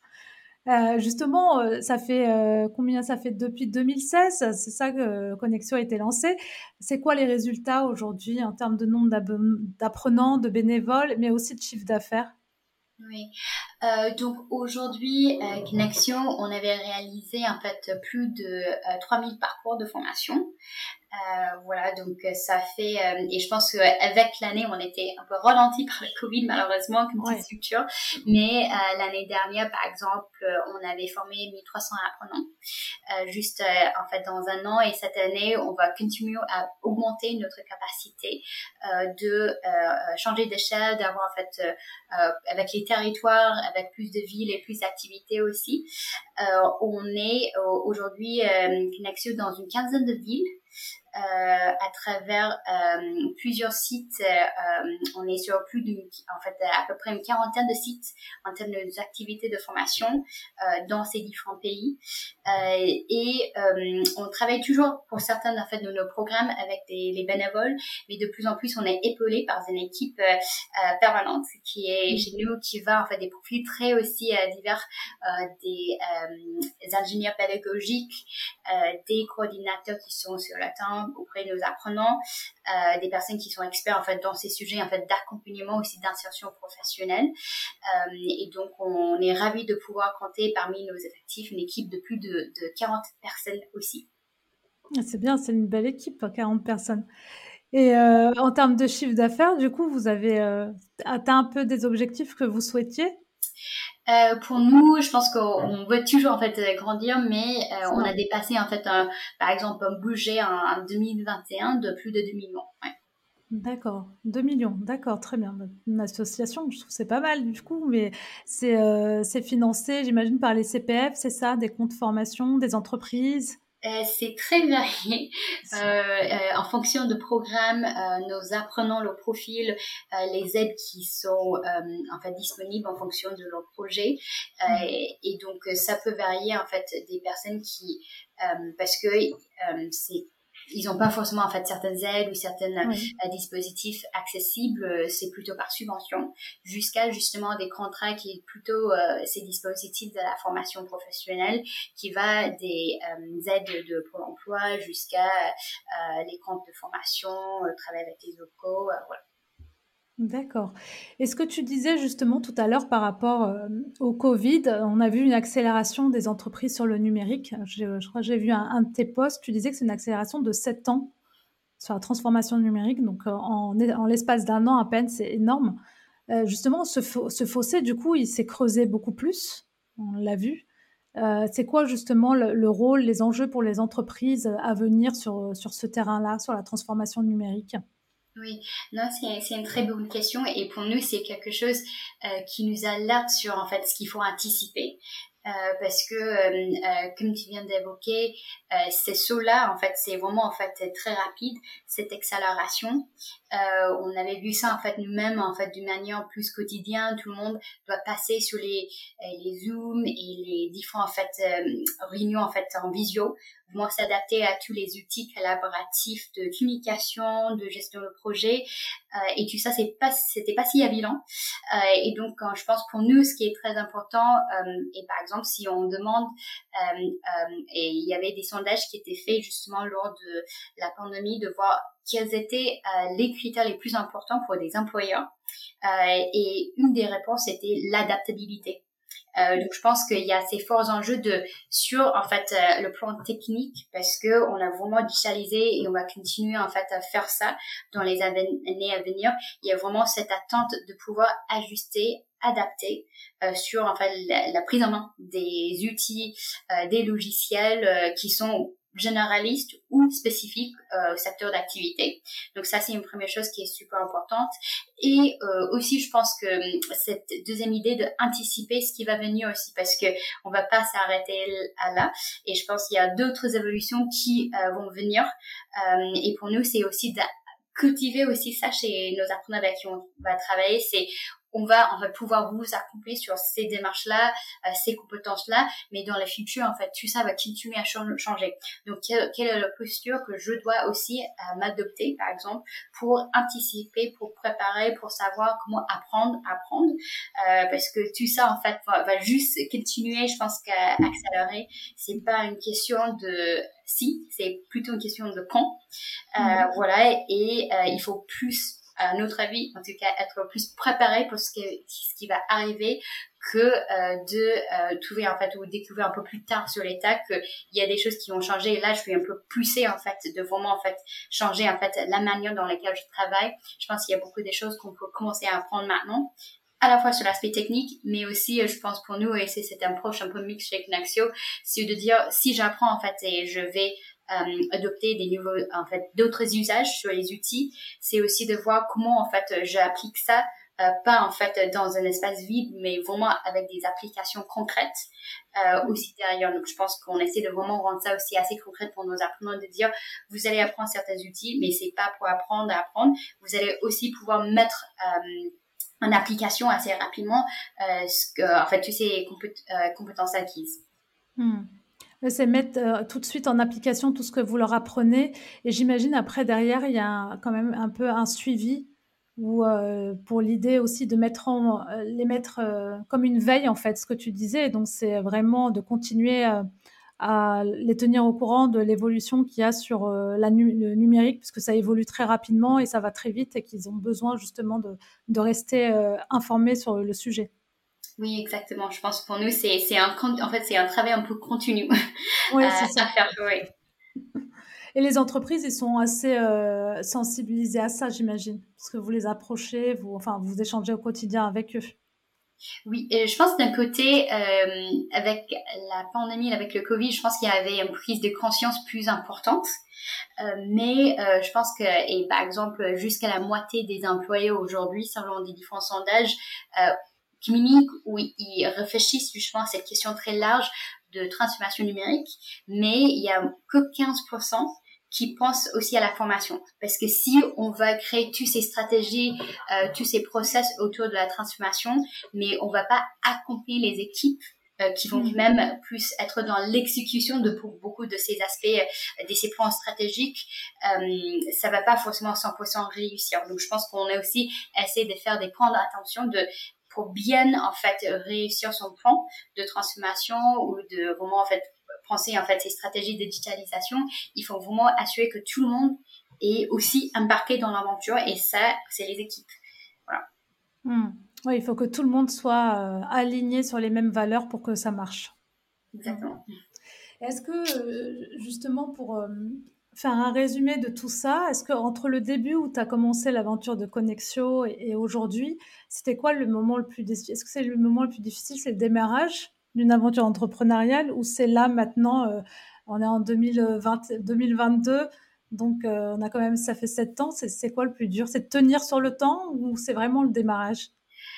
[SPEAKER 2] Euh, justement, euh, ça fait euh, combien ça fait depuis deux mille seize, c'est ça que euh, Connexion a été lancée. C'est quoi les résultats aujourd'hui en termes de nombre d'apprenants, de bénévoles, mais aussi de chiffre d'affaires?
[SPEAKER 1] Oui, euh, donc aujourd'hui, euh, Connexion, on avait réalisé en fait plus de euh, trois mille parcours de formation. Euh, voilà, donc ça fait, euh, et je pense qu'avec l'année, on était un peu ralenti par le Covid, malheureusement, comme petite structure, mais euh, l'année dernière, par exemple, on avait formé mille trois cents apprenants, euh, juste euh, en fait dans un an, et cette année, on va continuer à augmenter notre capacité euh, de euh, changer d'échelle, d'avoir en fait, euh, avec les territoires, avec plus de villes et plus d'activités aussi. Euh, on est euh, aujourd'hui euh, Connexion dans une quinzaine de villes. Euh, à travers euh, plusieurs sites, euh, on est sur plus d'une, en fait, à peu près une quarantaine de sites en termes d'activités de formation euh, dans ces différents pays. Euh, et euh, on travaille toujours pour certains en fait de nos programmes avec des, les bénévoles, mais de plus en plus on est épaulé par une équipe euh, euh, permanente qui est mmh. chez nous, qui va en fait des profils très aussi euh, divers, euh, des, euh, des ingénieurs pédagogiques, euh, des coordinateurs qui sont sur le terrain auprès de nos apprenants, euh, des personnes qui sont experts en fait dans ces sujets en fait d'accompagnement aussi d'insertion professionnelle, euh, et donc on est ravis de pouvoir compter parmi nos effectifs une équipe de plus de, de quarante personnes aussi.
[SPEAKER 2] C'est bien, c'est une belle équipe, quarante personnes. Et euh, en termes de chiffre d'affaires, du coup, vous avez euh, atteint un peu des objectifs que vous souhaitiez?
[SPEAKER 1] Euh, pour nous, je pense qu'on veut toujours en fait grandir, mais euh, on a dépassé en fait, un, par exemple, un budget en, en deux mille vingt et un de plus de deux millions. Ouais.
[SPEAKER 2] D'accord, deux millions, d'accord, très bien. Une association, je trouve que c'est pas mal du coup, mais c'est euh, c'est financé, j'imagine, par les C P F, c'est ça, des comptes formation, des entreprises?
[SPEAKER 1] Euh, c'est très varié euh, euh, en fonction de programmes, euh, nos apprenants, leur profil, euh, les aides qui sont euh, en fait disponibles en fonction de leur projet, euh, mmh. et, et donc ça peut varier en fait des personnes qui euh, parce que euh, c'est ils n'ont pas forcément en fait certaines aides ou certains oui. euh, dispositifs accessibles, c'est plutôt par subvention, jusqu'à justement des contrats qui est plutôt euh, ces dispositifs de la formation professionnelle, qui va des euh, aides de Pôle emploi jusqu'à euh, les comptes de formation, euh, travail avec les locaux, euh, voilà.
[SPEAKER 2] D'accord. Et ce que tu disais justement tout à l'heure par rapport euh, au Covid, on a vu une accélération des entreprises sur le numérique. Je, je crois que j'ai vu un, un de tes posts, tu disais que c'est une accélération de sept ans sur la transformation numérique. Donc, en, en l'espace d'un an à peine, c'est énorme. Euh, justement, ce, ce fossé, du coup, il s'est creusé beaucoup plus. On l'a vu. Euh, c'est quoi justement le, le rôle, les enjeux pour les entreprises à venir sur, sur ce terrain-là, sur la transformation numérique?
[SPEAKER 1] Oui, non, c'est, c'est une très bonne question, et pour nous, c'est quelque chose euh, qui nous alerte sur en fait ce qu'il faut anticiper. Euh, parce que, euh, euh, comme tu viens d'évoquer, euh, ces sauts-là, en fait, c'est vraiment en fait très rapide, cette accélération. Euh, on avait vu ça en fait nous-mêmes, en fait, d'une manière plus quotidienne. Tout le monde doit passer sur les les Zooms et les différents en fait euh, réunions en fait en visio, vraiment s'adapter à tous les outils collaboratifs de communication, de gestion de projet, euh, et tout ça, c'est pas, c'était pas si évident. Euh, et donc, quand je pense pour nous, ce qui est très important, euh, et par exemple, si on demande, euh, euh, et il y avait des sondages qui étaient faits justement lors de la pandémie, de voir quels étaient euh, les critères les plus importants pour des employeurs. Euh, et une des réponses était l'adaptabilité. Euh, donc je pense qu'il y a ces forts enjeux de sur en fait euh, le plan technique, parce que on a vraiment digitalisé et on va continuer en fait à faire ça dans les années à venir. Il y a vraiment cette attente de pouvoir ajuster, adapter euh, sur en fait la, la prise en main des outils, euh, des logiciels euh, qui sont généraliste ou spécifique euh, au secteur d'activité. Donc ça, c'est une première chose qui est super importante. Et euh, aussi, je pense que cette deuxième idée d'anticiper ce qui va venir aussi, parce que on va pas s'arrêter à là. Et je pense qu'il y a d'autres évolutions qui euh, vont venir. Euh, et pour nous, c'est aussi de cultiver aussi ça chez nos apprenants avec qui on va travailler. C'est on va on va pouvoir vous accompagner sur ces démarches-là, euh, ces compétences-là, mais dans le futur, en fait, tout ça va continuer à changer. Donc, quelle, quelle est la posture que je dois aussi euh, m'adopter, par exemple, pour anticiper, pour préparer, pour savoir comment apprendre, apprendre, euh, parce que tout ça, en fait, va, va juste continuer, je pense qu'à accélérer. C'est pas une question de si, c'est plutôt une question de quand. Euh, mmh. Voilà, et euh, il faut plus, à notre avis, en tout cas, être plus préparé pour ce qui, ce qui va arriver que euh, de euh, trouver, en fait, ou découvrir un peu plus tard sur l'état qu'il y a des choses qui vont changer. Et là, je suis un peu poussée, en fait, de vraiment, en fait, changer, en fait, la manière dans laquelle je travaille. Je pense qu'il y a beaucoup de choses qu'on peut commencer à apprendre maintenant, à la fois sur l'aspect technique, mais aussi, je pense, pour nous, et c'est cette approche un peu mixte chez Knaxio, c'est de dire, si j'apprends, en fait, et je vais Euh, adopter des nouveaux, en fait, d'autres usages sur les outils, c'est aussi de voir comment, en fait, j'applique ça, euh, pas, en fait, dans un espace vide, mais vraiment avec des applications concrètes, euh, aussi derrière. Donc, je pense qu'on essaie de vraiment rendre ça aussi assez concret pour nos apprenants, de dire, vous allez apprendre certains outils, mais c'est pas pour apprendre à apprendre. Vous allez aussi pouvoir mettre, euh, en application assez rapidement, euh, ce que, en fait, toutes ces compé- euh, compétences acquises.
[SPEAKER 2] Hmm. C'est mettre euh, tout de suite en application tout ce que vous leur apprenez. Et j'imagine après, derrière, il y a un, quand même un peu un suivi ou euh, pour l'idée aussi de mettre en, les mettre euh, comme une veille, en fait, ce que tu disais. Donc, c'est vraiment de continuer euh, à les tenir au courant de l'évolution qu'il y a sur euh, la nu- le numérique, puisque ça évolue très rapidement et ça va très vite et qu'ils ont besoin justement de, de rester euh, informés sur le sujet.
[SPEAKER 1] Oui, exactement. Je pense que pour nous, c'est, c'est un, en fait, c'est un travail un peu continu
[SPEAKER 2] Oui,
[SPEAKER 1] euh,
[SPEAKER 2] c'est ça.
[SPEAKER 1] à faire. Oui.
[SPEAKER 2] Et les entreprises, ils sont assez euh, sensibilisés à ça, j'imagine, parce que vous les approchez, vous, enfin, vous échangez au quotidien avec eux.
[SPEAKER 1] Oui, et je pense d'un côté, euh, avec la pandémie, avec le Covid, je pense qu'il y avait une prise de conscience plus importante. Euh, mais euh, je pense que, et par exemple, jusqu'à la moitié des employés aujourd'hui, selon des différents sondages, euh, communiquent ou ils réfléchissent justement à cette question très large de transformation numérique, mais il y a que quinze pour cent qui pensent aussi à la formation. Parce que si on va créer toutes ces stratégies, euh, tous ces process autour de la transformation, mais on va pas accompagner les équipes euh, qui vont même plus être dans l'exécution de pour beaucoup de ces aspects, euh, de ces plans stratégiques, euh, ça va pas forcément cent pour cent réussir. Donc, je pense qu'on a aussi essayé de faire des points d'attention de pour bien, en fait, réussir son plan de transformation ou de vraiment, en fait, penser, en fait, ces stratégies de digitalisation. Il faut vraiment assurer que tout le monde est aussi embarqué dans l'aventure et ça, c'est les équipes. Voilà.
[SPEAKER 2] Mmh. Oui, il faut que tout le monde soit euh, aligné sur les mêmes valeurs pour que ça marche.
[SPEAKER 1] Exactement.
[SPEAKER 2] Mmh. Est-ce que, euh, justement, pour euh, faire un résumé de tout ça, est-ce qu'entre le début où tu as commencé l'aventure de Connexio et, et aujourd'hui, c'était quoi le moment le plus difficile? Est-ce que c'est le moment le plus difficile, c'est le démarrage d'une aventure entrepreneuriale ou c'est là maintenant, euh, on est en deux mille vingt, deux mille vingt-deux, donc euh, on a quand même, ça fait sept ans, c'est, c'est quoi le plus dur? C'est de tenir sur le temps ou c'est vraiment le démarrage?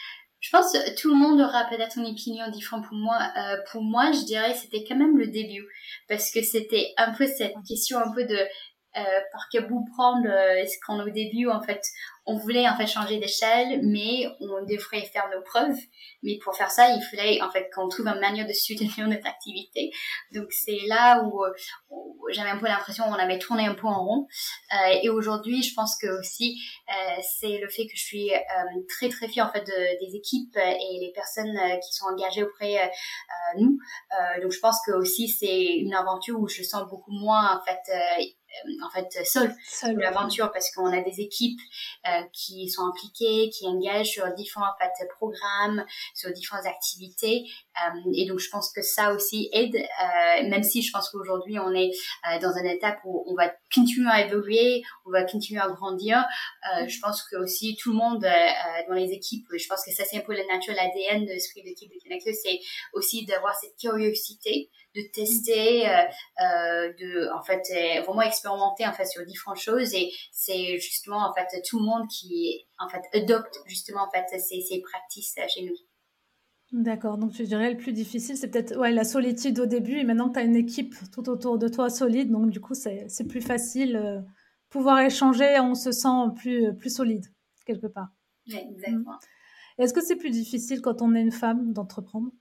[SPEAKER 1] Je pense que tout le monde aura peut-être une opinion différente pour moi. Euh, pour moi, je dirais que c'était quand même le début. Parce que c'était un peu cette question un peu de euh, par quel bout prendre. Euh, est-ce qu'en au début, en fait, on voulait en fait changer d'échelle, mais on devrait faire nos preuves. Mais pour faire ça, il fallait en fait qu'on trouve une manière de soutenir notre activité. Donc c'est là où, où j'avais un peu l'impression qu'on avait tourné un peu en rond. Euh, et aujourd'hui, je pense que aussi euh, c'est le fait que je suis euh, très très fière en fait de, des équipes et les personnes euh, qui sont engagées auprès euh, nous. Euh, donc je pense que aussi c'est une aventure où je sens beaucoup moins en fait euh, en fait seul
[SPEAKER 2] Seul.
[SPEAKER 1] pour l'aventure parce qu'on a des équipes euh, qui sont impliquées, qui engagent sur différents en fait, programmes, sur différentes activités euh, et donc je pense que ça aussi aide euh, même si je pense qu'aujourd'hui on est euh, dans une étape où on va continuer à évoluer, on va continuer à grandir euh, je pense que aussi tout le monde euh, dans les équipes, je pense que ça c'est un peu le naturel A D N de l'esprit d'équipe de Kenexo, c'est aussi d'avoir cette curiosité de tester, euh, euh, de en fait euh, vraiment expérimenter en fait sur différentes choses et c'est justement en fait tout le monde qui en fait adopte justement en fait ces ces pratiques chez nous.
[SPEAKER 2] D'accord, donc tu dirais le plus difficile c'est peut-être ouais la solitude au début et maintenant que tu as une équipe tout autour de toi solide donc du coup c'est c'est plus facile euh, pouvoir échanger, on se sent plus plus solide quelque part.
[SPEAKER 1] Oui, exactement.
[SPEAKER 2] Mmh. Est-ce que c'est plus difficile quand on est une femme d'entreprendre?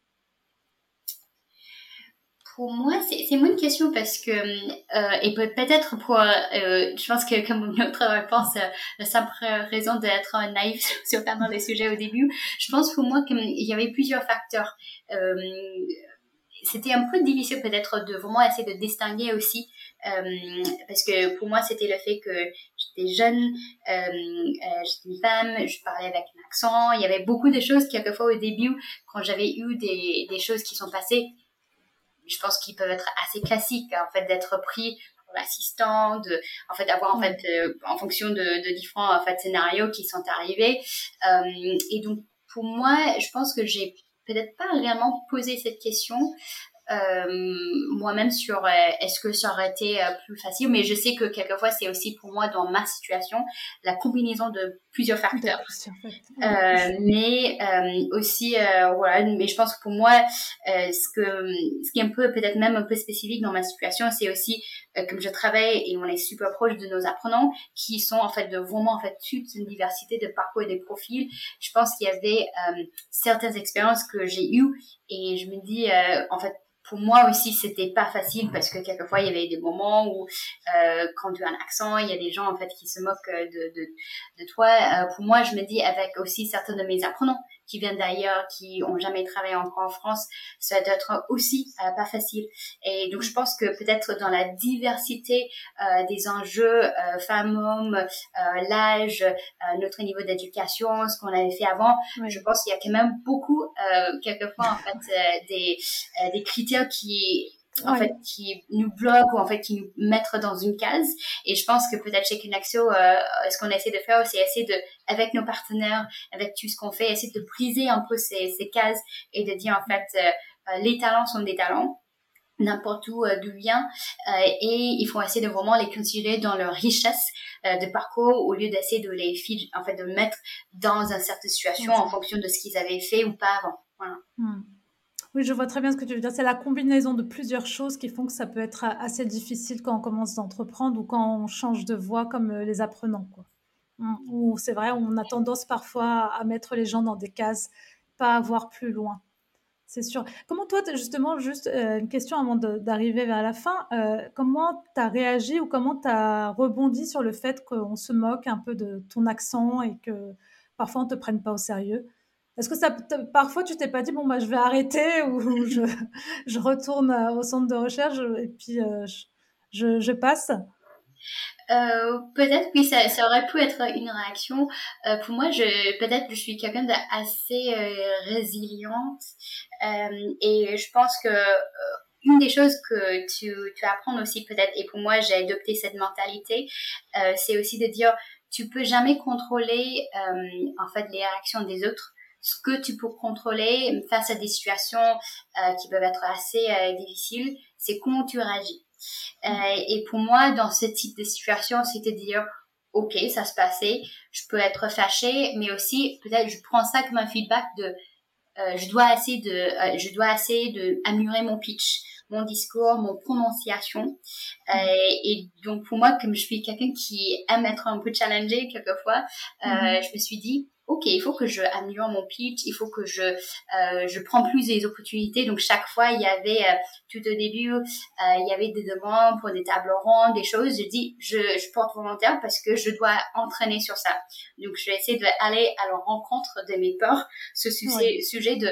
[SPEAKER 1] Pour moi, c'est, c'est moins une question parce que, euh, et peut-être pour, euh, je pense que comme notre réponse, euh, la simple raison d'être naïf sur pendant les sujets au début, je pense pour moi qu'il y avait plusieurs facteurs. Euh, c'était un peu difficile peut-être de vraiment essayer de distinguer aussi, euh, parce que pour moi, c'était le fait que j'étais jeune, euh, euh, j'étais une femme, je parlais avec un accent, il y avait beaucoup de choses, quelquefois au début, quand j'avais eu des, des choses qui sont passées, je pense qu'ils peuvent être assez classiques en fait d'être pris pour l'assistant de en fait avoir en fait euh, en fonction de, de différents en fait scénarios qui sont arrivés euh, et donc pour moi je pense que j'ai peut-être pas réellement posé cette question euh, moi-même sur euh, est-ce que ça aurait été euh, plus facile mais je sais que quelquefois c'est aussi pour moi dans ma situation la combinaison de plusieurs facteurs euh, mais euh, aussi euh, voilà mais je pense que pour moi euh, ce que ce qui est un peu peut-être même un peu spécifique dans ma situation c'est aussi euh, comme je travaille et on est super proche de nos apprenants qui sont en fait de vraiment en fait toute une diversité de parcours et de profils je pense qu'il y avait euh, certaines expériences que j'ai eues et je me dis euh, en fait pour moi aussi, c'était pas facile parce que quelquefois, il y avait des moments où, euh, quand tu as un accent, il y a des gens, en fait, qui se moquent de, de, de toi. Euh, pour moi, je me dis, avec aussi certains de mes apprenants qui viennent d'ailleurs, qui ont jamais travaillé encore en France, ça doit être aussi euh, pas facile. Et donc, je pense que peut-être dans la diversité euh, des enjeux, euh, femmes-hommes, euh, l'âge, euh, notre niveau d'éducation, ce qu'on avait fait avant, oui. Je pense qu'il y a quand même beaucoup, euh, quelquefois, en fait, euh, des, euh, des critères qui en ouais. fait qui nous bloquent ou en fait qui nous mettent dans une case et je pense que peut-être chez Kenexo euh, ce qu'on essaie de faire c'est essayer de avec nos partenaires avec tout ce qu'on fait essayer de briser un peu ces, ces cases et de dire en fait euh, les talents sont des talents n'importe où euh, d'où vient euh, et il faut essayer de vraiment les considérer dans leur richesse euh, de parcours au lieu d'essayer de les en fait de mettre dans une certaine situation en fonction de ce qu'ils avaient fait ou pas avant voilà.
[SPEAKER 2] Hmm. Oui, je vois très bien ce que tu veux dire. C'est la combinaison de plusieurs choses qui font que ça peut être assez difficile quand on commence d'entreprendre ou quand on change de voie comme les apprenants, quoi. Ou c'est vrai, on a tendance parfois à mettre les gens dans des cases, pas à voir plus loin. C'est sûr. Comment toi, justement, juste euh, une question avant de, d'arriver vers la fin, euh, comment tu as réagi ou comment tu as rebondi sur le fait qu'on se moque un peu de ton accent et que parfois on ne te prenne pas au sérieux? Est-ce que ça, parfois tu t'es pas dit, bon, bah, je vais arrêter ou je, je retourne au centre de recherche et puis euh, je, je, je passe?
[SPEAKER 1] Euh, peut-être oui ça, ça aurait pu être une réaction euh, pour moi je peut-être je suis quelqu'un d'assez euh, résiliente euh, et je pense que euh, une des choses que tu, tu apprends aussi peut-être et pour moi j'ai adopté cette mentalité euh, c'est aussi de dire tu peux jamais contrôler euh, en fait les réactions des autres ce que tu peux contrôler face à des situations euh, qui peuvent être assez euh, difficiles c'est comment tu réagis. Euh, et pour moi, dans ce type de situation, c'était de dire, ok, ça se passait, je peux être fâchée, mais aussi peut-être je prends ça comme un feedback de, euh, je dois essayer de, euh, je dois essayer de améliorer mon pitch, mon discours, mon prononciation. Euh, et donc pour moi, comme je suis quelqu'un qui aime être un peu challengé quelquefois, euh, mm-hmm. je me suis dit, ok, il faut que je améliore mon pitch, il faut que je euh, je prends plus des opportunités. Donc chaque fois, il y avait euh, tout au début, euh, il y avait des demandes pour des tables rondes, des choses. Je dis, je, je porte volontaire parce que je dois entraîner sur ça. Donc je vais essayer d'aller à la rencontre de mes peurs, ce sujet, ouais. sujet de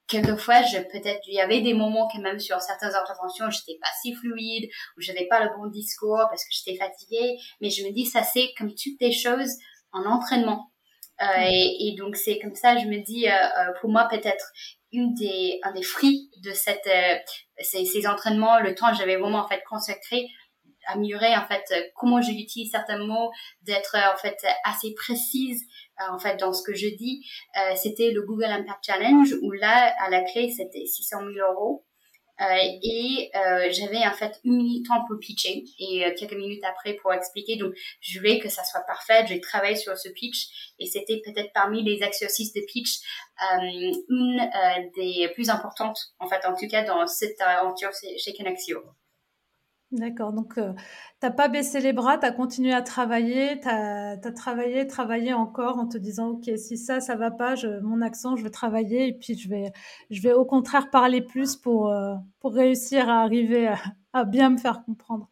[SPEAKER 1] quelquefois, je peut-être il y avait des moments quand même sur certaines interventions où j'étais pas si fluide, où j'avais pas le bon discours parce que j'étais fatiguée. Mais je me dis, ça c'est comme toutes les choses en entraînement. Euh, et, et donc c'est comme ça, je me dis, euh, euh, pour moi peut-être une des un des fruits de cette euh, ces, ces entraînements, le temps que j'avais vraiment en fait consacré, améliorer en fait euh, comment je utilise certains mots, d'être euh, en fait assez précise euh, en fait dans ce que je dis. Euh, c'était le Google Impact Challenge où là à la clé c'était six cent mille euros. Euh, et euh, j'avais en fait une minute temps pour pitcher et euh, quelques minutes après pour expliquer. Donc, je voulais que ça soit parfait. J'ai travaillé sur ce pitch et c'était peut-être parmi les exercices de pitch euh, une euh, des plus importantes, en fait, en tout cas dans cette aventure chez Connexio.
[SPEAKER 2] D'accord, donc euh, t'as pas baissé les bras, t'as continué à travailler, t'as as travaillé, travaillé encore en te disant ok, si ça, ça va pas, je, mon accent, je vais travailler et puis je vais, je vais au contraire parler plus pour, euh, pour réussir à arriver à, à bien me faire comprendre.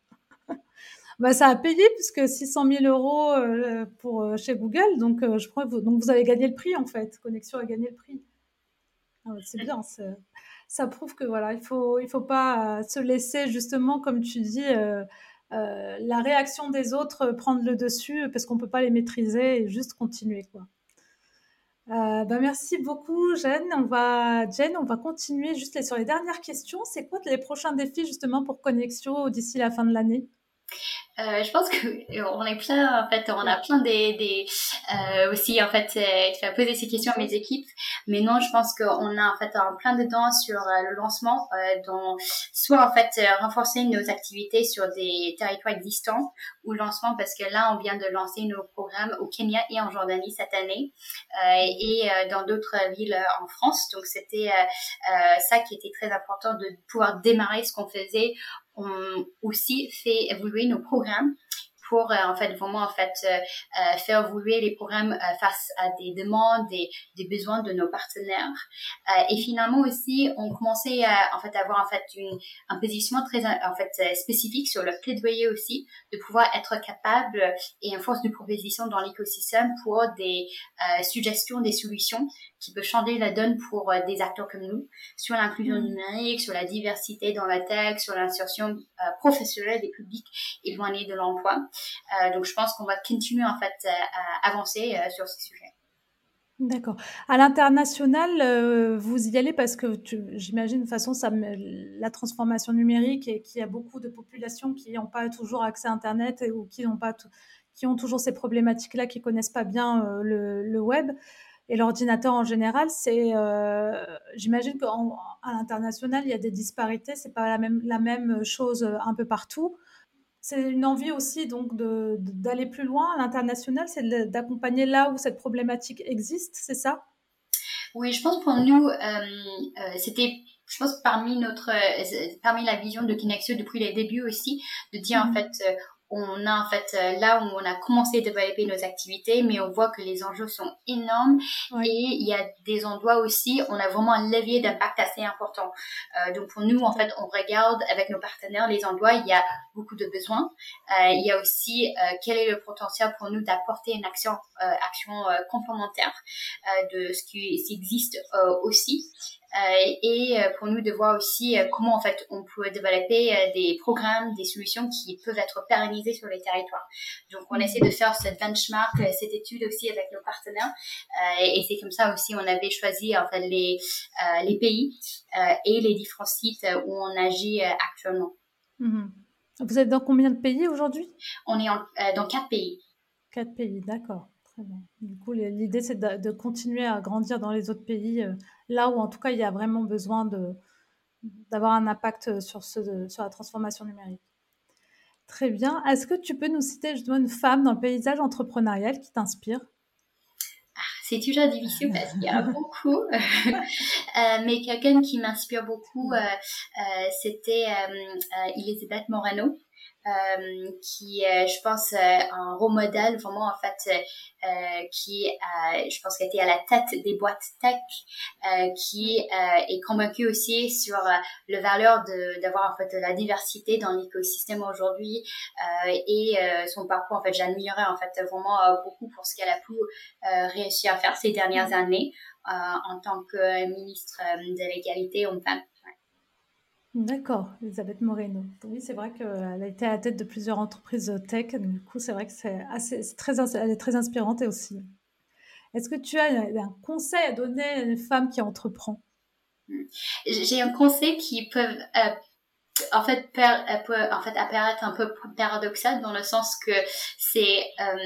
[SPEAKER 2] Bah, ça a payé puisque six cent mille euros euh, pour, euh, chez Google, donc euh, je crois que vous, donc vous avez gagné le prix en fait, Connexion a gagné le prix. Ah ouais, c'est bien, c'est- ça prouve que voilà, il faut, il faut pas euh, se laisser justement, comme tu dis, euh, euh, la réaction des autres euh, prendre le dessus parce qu'on peut pas les maîtriser et juste continuer quoi. Euh, bah merci beaucoup, Jen. On va, Jen, on va continuer juste les- sur les dernières questions. C'est quoi les prochains défis justement pour Connexio d'ici la fin de l'année?
[SPEAKER 1] Euh, je pense que on est plein, en fait, on a plein des, des euh, aussi, en fait, euh, tu vas poser ces questions à mes équipes, mais non, je pense qu'on a, en fait, un plein dedans sur euh, le lancement, euh, dont soit, en fait, euh, renforcer nos activités sur des territoires existants, ou le lancement, parce que là, on vient de lancer nos programmes au Kenya et en Jordanie cette année, euh, et euh, dans d'autres villes euh, en France, donc c'était euh, euh, ça qui était très important, de pouvoir démarrer ce qu'on faisait. On aussi fait évoluer nos programmes pour euh, en fait vraiment en fait euh, euh, faire évoluer les programmes euh, face à des demandes, des, des besoins de nos partenaires. Euh, et finalement aussi, on commençait à en fait avoir en fait une un positionnement très en fait euh, spécifique sur le plaidoyer aussi, de pouvoir être capable et une force de proposition dans l'écosystème pour des euh, suggestions, des solutions qui peut changer la donne pour euh, des acteurs comme nous, sur l'inclusion
[SPEAKER 2] Mm.
[SPEAKER 1] numérique, sur la diversité dans la tech, sur l'insertion euh, professionnelle des publics éloignés de l'emploi. Euh, donc, je pense qu'on va continuer en fait euh, à avancer euh, sur ces sujets.
[SPEAKER 2] D'accord. À l'international, euh, vous y allez parce que tu- j'imagine de toute façon ça, me- la transformation numérique et qu'il y a beaucoup de populations qui n'ont pas toujours accès à Internet et- ou qui n'ont pas t- qui ont toujours ces problématiques-là, qui connaissent pas bien euh, le, le web et l'ordinateur en général. C'est, euh, j'imagine qu'à l'international il y a des disparités. C'est pas la même la même chose euh, un peu partout. C'est une envie aussi donc de, de- d'aller plus loin à l'international, c'est de- d'accompagner là où cette problématique existe, c'est ça?
[SPEAKER 1] Oui, je pense pour nous, euh, euh, c'était, je pense parmi notre, euh, parmi la vision de Kinexio depuis les débuts aussi, de dire en
[SPEAKER 2] Mhm.
[SPEAKER 1] fait, euh, on a en fait euh, là où on a commencé à développer nos activités, mais on voit que les enjeux sont énormes et
[SPEAKER 2] Oui,
[SPEAKER 1] il y a des endroits aussi, on a vraiment un levier d'impact assez important. Euh, donc pour nous, en
[SPEAKER 2] tout à
[SPEAKER 1] fait,
[SPEAKER 2] fait.
[SPEAKER 1] on regarde avec nos partenaires les endroits, il y a beaucoup de besoins. Euh, il y a aussi euh, quel est le potentiel pour nous d'apporter une action, euh, action euh, complémentaire euh, de ce qui, ce qui existe euh, aussi. Euh, et euh, pour nous de voir aussi euh, comment en fait on peut développer euh, des programmes, des solutions qui peuvent être pérennisées sur les territoires. Donc on essaie de
[SPEAKER 2] Mhm.
[SPEAKER 1] faire cette benchmark, euh, cette étude aussi avec nos partenaires. Euh, et et c'est comme ça aussi on avait choisi en fait les euh, les pays euh, et les différents sites où on agit euh, actuellement.
[SPEAKER 2] Mhm. Vous êtes dans combien de pays aujourd'hui?
[SPEAKER 1] On est en, euh, dans quatre pays.
[SPEAKER 2] Quatre pays, d'accord. Très bien. Du coup, les- l'idée, c'est de, de continuer à grandir dans les autres pays, euh, là où en tout cas il y a vraiment besoin de, d'avoir un impact sur, ce, sur la transformation numérique. Très bien. Est-ce que tu peux nous citer justement une femme dans le paysage entrepreneurial qui t'inspire?
[SPEAKER 1] C'est toujours difficile parce qu'il y a beaucoup, euh, mais quelqu'un qui m'inspire beaucoup, euh, euh, c'était euh, euh, Elisabeth Moreno, euh, qui, euh, je pense, euh, un rôle modèle vraiment en fait, euh, qui, euh, je pense, qu'elle était à la tête des boîtes tech, euh, qui euh, est convaincue aussi sur euh, le valeur de d'avoir en fait de la diversité dans l'écosystème aujourd'hui, euh, et euh, son parcours en fait, j'admirais en fait vraiment euh, beaucoup pour ce qu'elle a pu euh, réussi à faire ces dernières années. euh, en tant que ministre euh, de l'égalité homme-femme. Ouais.
[SPEAKER 2] D'accord, Elisabeth Moreno. Oui, c'est vrai qu'elle a été à la tête de plusieurs entreprises tech. Du coup, c'est vrai que c'est assez, c'est très, elle est très inspirante aussi. Est-ce que tu as un conseil à donner à une femme qui entreprend?
[SPEAKER 1] J'ai un conseil qui peut, euh, en fait, per, peut, en fait, apparaître un peu paradoxal dans le sens que c'est,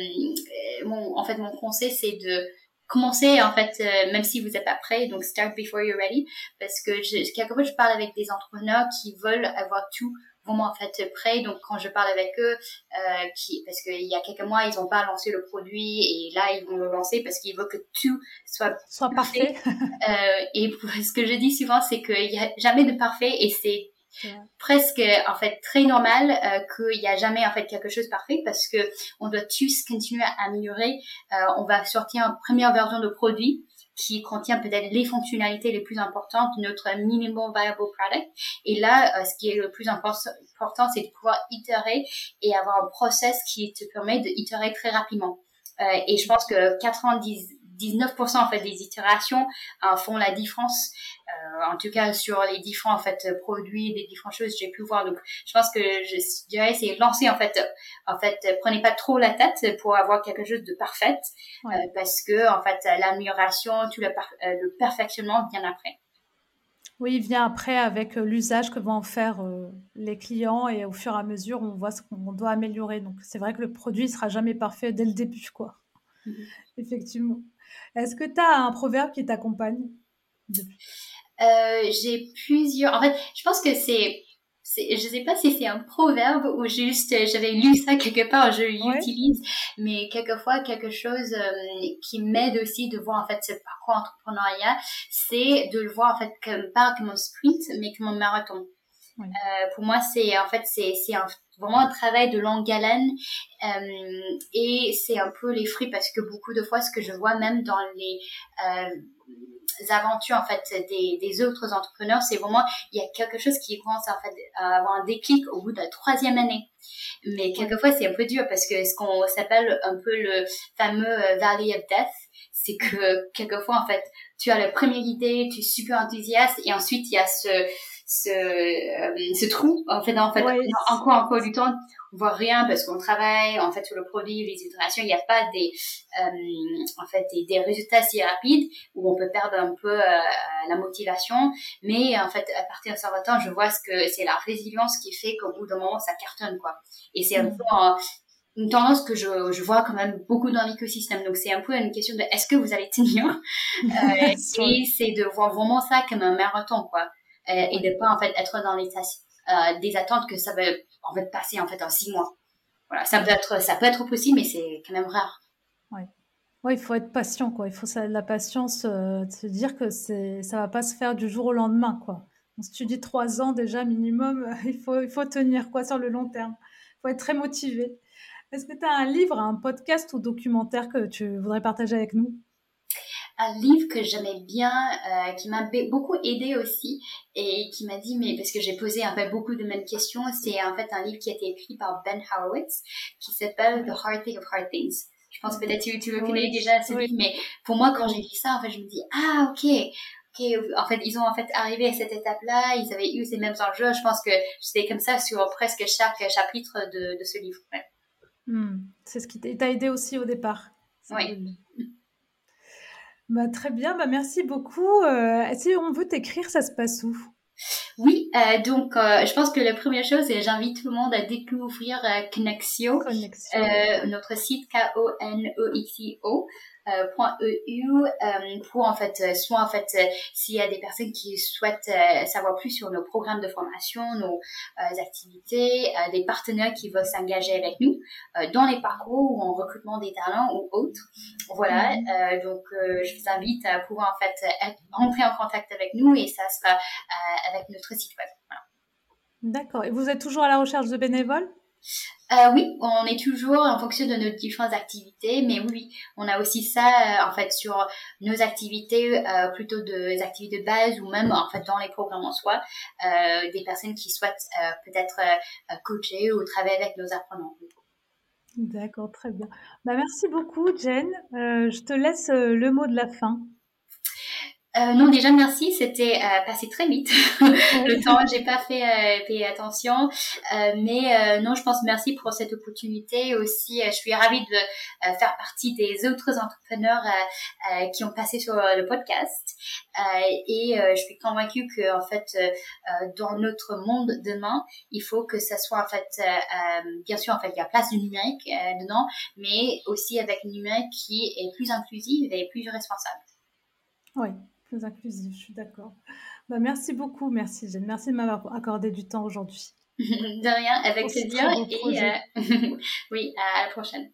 [SPEAKER 1] euh, mon, en fait, mon conseil, c'est de commencer, en fait, euh, même si vous n'êtes pas prêt, donc start before you're ready, parce que je, quelquefois, je parle avec des entrepreneurs qui veulent avoir tout vraiment en fait prêt. Donc quand je parle avec eux, euh, qui, parce qu'il y a quelques mois ils n'ont pas lancé le produit et là ils vont le lancer parce qu'ils veulent que tout soit
[SPEAKER 2] Soit
[SPEAKER 1] parfait.
[SPEAKER 2] parfait.
[SPEAKER 1] euh, et ce que je dis souvent, c'est qu'il n'y a jamais de parfait et c'est presque en fait très normal euh, qu'il n'y a jamais en fait quelque chose de parfait parce que on doit tous continuer à améliorer. Euh, on va sortir une première version de produit qui contient peut-être les fonctionnalités les plus importantes de notre minimum viable product. Et là, euh, ce qui est le plus important, c'est de pouvoir itérer et avoir un process qui te permet de itérer très rapidement. Euh, et je pense que quatre-vingt-dix-neuf pour cent en fait des itérations euh, font la différence. Euh, en tout cas sur les différents en fait produits, des différentes choses que j'ai pu voir. Donc je pense que je dirais c'est lancer en fait en fait prenez pas trop la tête pour avoir quelque chose de parfait ouais. euh, parce que en fait l'amélioration, tout le, par, euh, le perfectionnement vient après.
[SPEAKER 2] Oui, il vient après avec l'usage que vont en faire euh, les clients et au fur et à mesure, on voit ce qu'on doit améliorer. Donc, c'est vrai que le produit ne sera jamais parfait dès le début, quoi. Mm-hmm. Effectivement. Est-ce que tu as un proverbe qui t'accompagne depuis
[SPEAKER 1] euh, J'ai plusieurs... En fait, je pense que c'est... c'est je sais pas si c'est un proverbe ou juste j'avais lu ça quelque part, je l'utilise, ouais. Mais quelquefois quelque chose euh, qui m'aide aussi de voir en fait ce parcours entrepreneuriat, c'est de le voir en fait comme pas comme un sprint mais comme un marathon. Oui. Euh, pour moi, c'est en fait c'est c'est un, vraiment un travail de longue haleine euh, et c'est un peu les fruits parce que beaucoup de fois, ce que je vois même dans les euh, aventures en fait des, des autres entrepreneurs, c'est vraiment il y a quelque chose qui commence en fait à avoir un déclic au bout de la troisième année. Mais quelquefois ouais. C'est un peu dur parce que ce qu'on s'appelle un peu le fameux Valley of Death, c'est que quelquefois en fait tu as la première idée, tu es super enthousiaste et ensuite il y a ce ce euh, ce trou en fait en fait ouais. encore encore du temps on voit rien parce qu'on travaille en fait sur le produit, les itérations, il n'y a pas des euh, en fait des, des résultats si rapides où on peut perdre un peu euh, la motivation, mais en fait à partir d'un certain temps je vois ce que c'est la résilience qui fait qu'au bout d'un moment ça cartonne quoi, et c'est un mmh. peu en, une tendance que je, je vois quand même beaucoup dans l'écosystème. Donc, c'est un peu une question de est-ce que vous allez tenir euh, et c'est de voir vraiment ça comme un marathon, quoi. Euh, et de pas, en fait, être dans les euh, des attentes que ça va, en fait, passer, en fait, en six mois. Voilà. Ça peut être, ça peut être possible, mais c'est quand même rare.
[SPEAKER 2] Ouais. Ouais, il faut être patient, quoi. Il faut ça, la patience, euh, de se dire que c'est, ça va pas se faire du jour au lendemain, quoi. On se dit trois ans déjà minimum, il faut, il faut tenir, quoi, sur le long terme. Il faut être très motivé. Est-ce que tu as un livre, un podcast ou documentaire que tu voudrais partager avec nous?
[SPEAKER 1] Un livre que j'aimais bien, euh, qui m'a beaucoup aidé aussi et qui m'a dit, mais parce que j'ai posé en fait beaucoup de mêmes questions, c'est en fait un livre qui a été écrit par Ben Horowitz qui s'appelle The Hard Thing of Hard Things. Je pense peut-être que tu, tu le connais oui, déjà ce oui. livre, mais pour moi quand j'ai lu ça, en fait je me dis, ah ok, ok, en fait ils ont en fait arrivé à cette étape-là, ils avaient eu ces mêmes enjeux. Je pense que c'était comme ça sur presque chaque chapitre de, de ce livre. Ouais.
[SPEAKER 2] Hmm. C'est ce qui t'a aidé aussi au départ.
[SPEAKER 1] Oui.
[SPEAKER 2] Bah, très bien, bah, merci beaucoup. Euh, si on veut t'écrire, ça se passe où?
[SPEAKER 1] Oui, euh, donc euh, je pense que la première chose, c'est j'invite tout le monde à découvrir euh, Connexio,
[SPEAKER 2] Connexio.
[SPEAKER 1] Euh, notre site K O N E X I O. Euh, .eu euh, pour en fait euh, soit en fait euh, s'il y a des personnes qui souhaitent euh, savoir plus sur nos programmes de formation, nos euh, activités, euh, des partenaires qui veulent s'engager avec nous euh, dans les parcours ou en recrutement des talents ou autres. Voilà, mm-hmm. euh, donc euh, je vous invite à pouvoir en fait être, rentrer en contact avec nous et ça sera euh, avec notre site web. Voilà.
[SPEAKER 2] D'accord. Et vous êtes toujours à la recherche de bénévoles?
[SPEAKER 1] Euh, oui, on est toujours en fonction de nos différentes activités, mais oui, on a aussi ça euh, en fait sur nos activités, euh, plutôt des activités de base ou même en fait dans les programmes en soi, euh, des personnes qui souhaitent euh, peut-être euh, coacher ou travailler avec nos apprenants.
[SPEAKER 2] D'accord, très bien. Bah, merci beaucoup, Jen. Euh, je te laisse euh, le mot de la fin.
[SPEAKER 1] Euh, non, déjà merci, c'était euh, passé très vite. Le temps, j'ai pas fait euh, fait attention, euh, mais euh, non, je pense merci pour cette opportunité aussi. Euh, je suis ravie de euh, faire partie des autres entrepreneurs euh, euh, qui ont passé sur le podcast, euh, et euh, je suis convaincue que en fait, euh, dans notre monde demain, il faut que ça soit en fait, euh, euh, bien sûr, en fait, il y a place du numérique euh, dedans, mais aussi avec un numérique qui est plus inclusif et plus responsable.
[SPEAKER 2] Oui. Plus inclusif, je suis d'accord. Bah, merci beaucoup, merci Jeanne. Merci de m'avoir accordé du temps aujourd'hui.
[SPEAKER 1] De rien, avec plaisir. Et euh... oui, à la prochaine.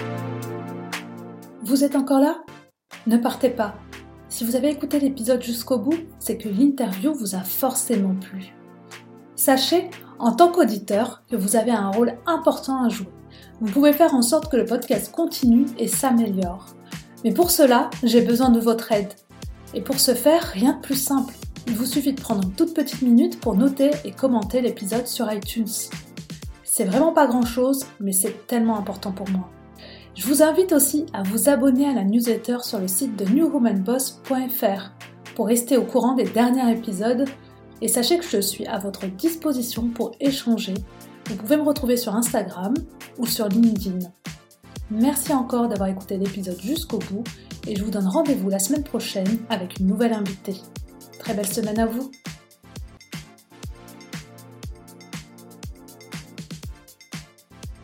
[SPEAKER 2] Vous êtes encore là ? Ne partez pas. Si vous avez écouté l'épisode jusqu'au bout, c'est que l'interview vous a forcément plu. Sachez, en tant qu'auditeur, que vous avez un rôle important à jouer. Vous pouvez faire en sorte que le podcast continue et s'améliore. Mais pour cela, j'ai besoin de votre aide. Et pour ce faire, rien de plus simple. Il vous suffit de prendre une toute petite minute pour noter et commenter l'épisode sur iTunes. C'est vraiment pas grand chose, mais c'est tellement important pour moi. Je vous invite aussi à vous abonner à la newsletter sur le site de new woman boss point f r pour rester au courant des derniers épisodes. Et sachez que je suis à votre disposition pour échanger. Vous pouvez me retrouver sur Instagram ou sur LinkedIn. Merci encore d'avoir écouté l'épisode jusqu'au bout et je vous donne rendez-vous la semaine prochaine avec une nouvelle invitée. Très belle semaine à vous!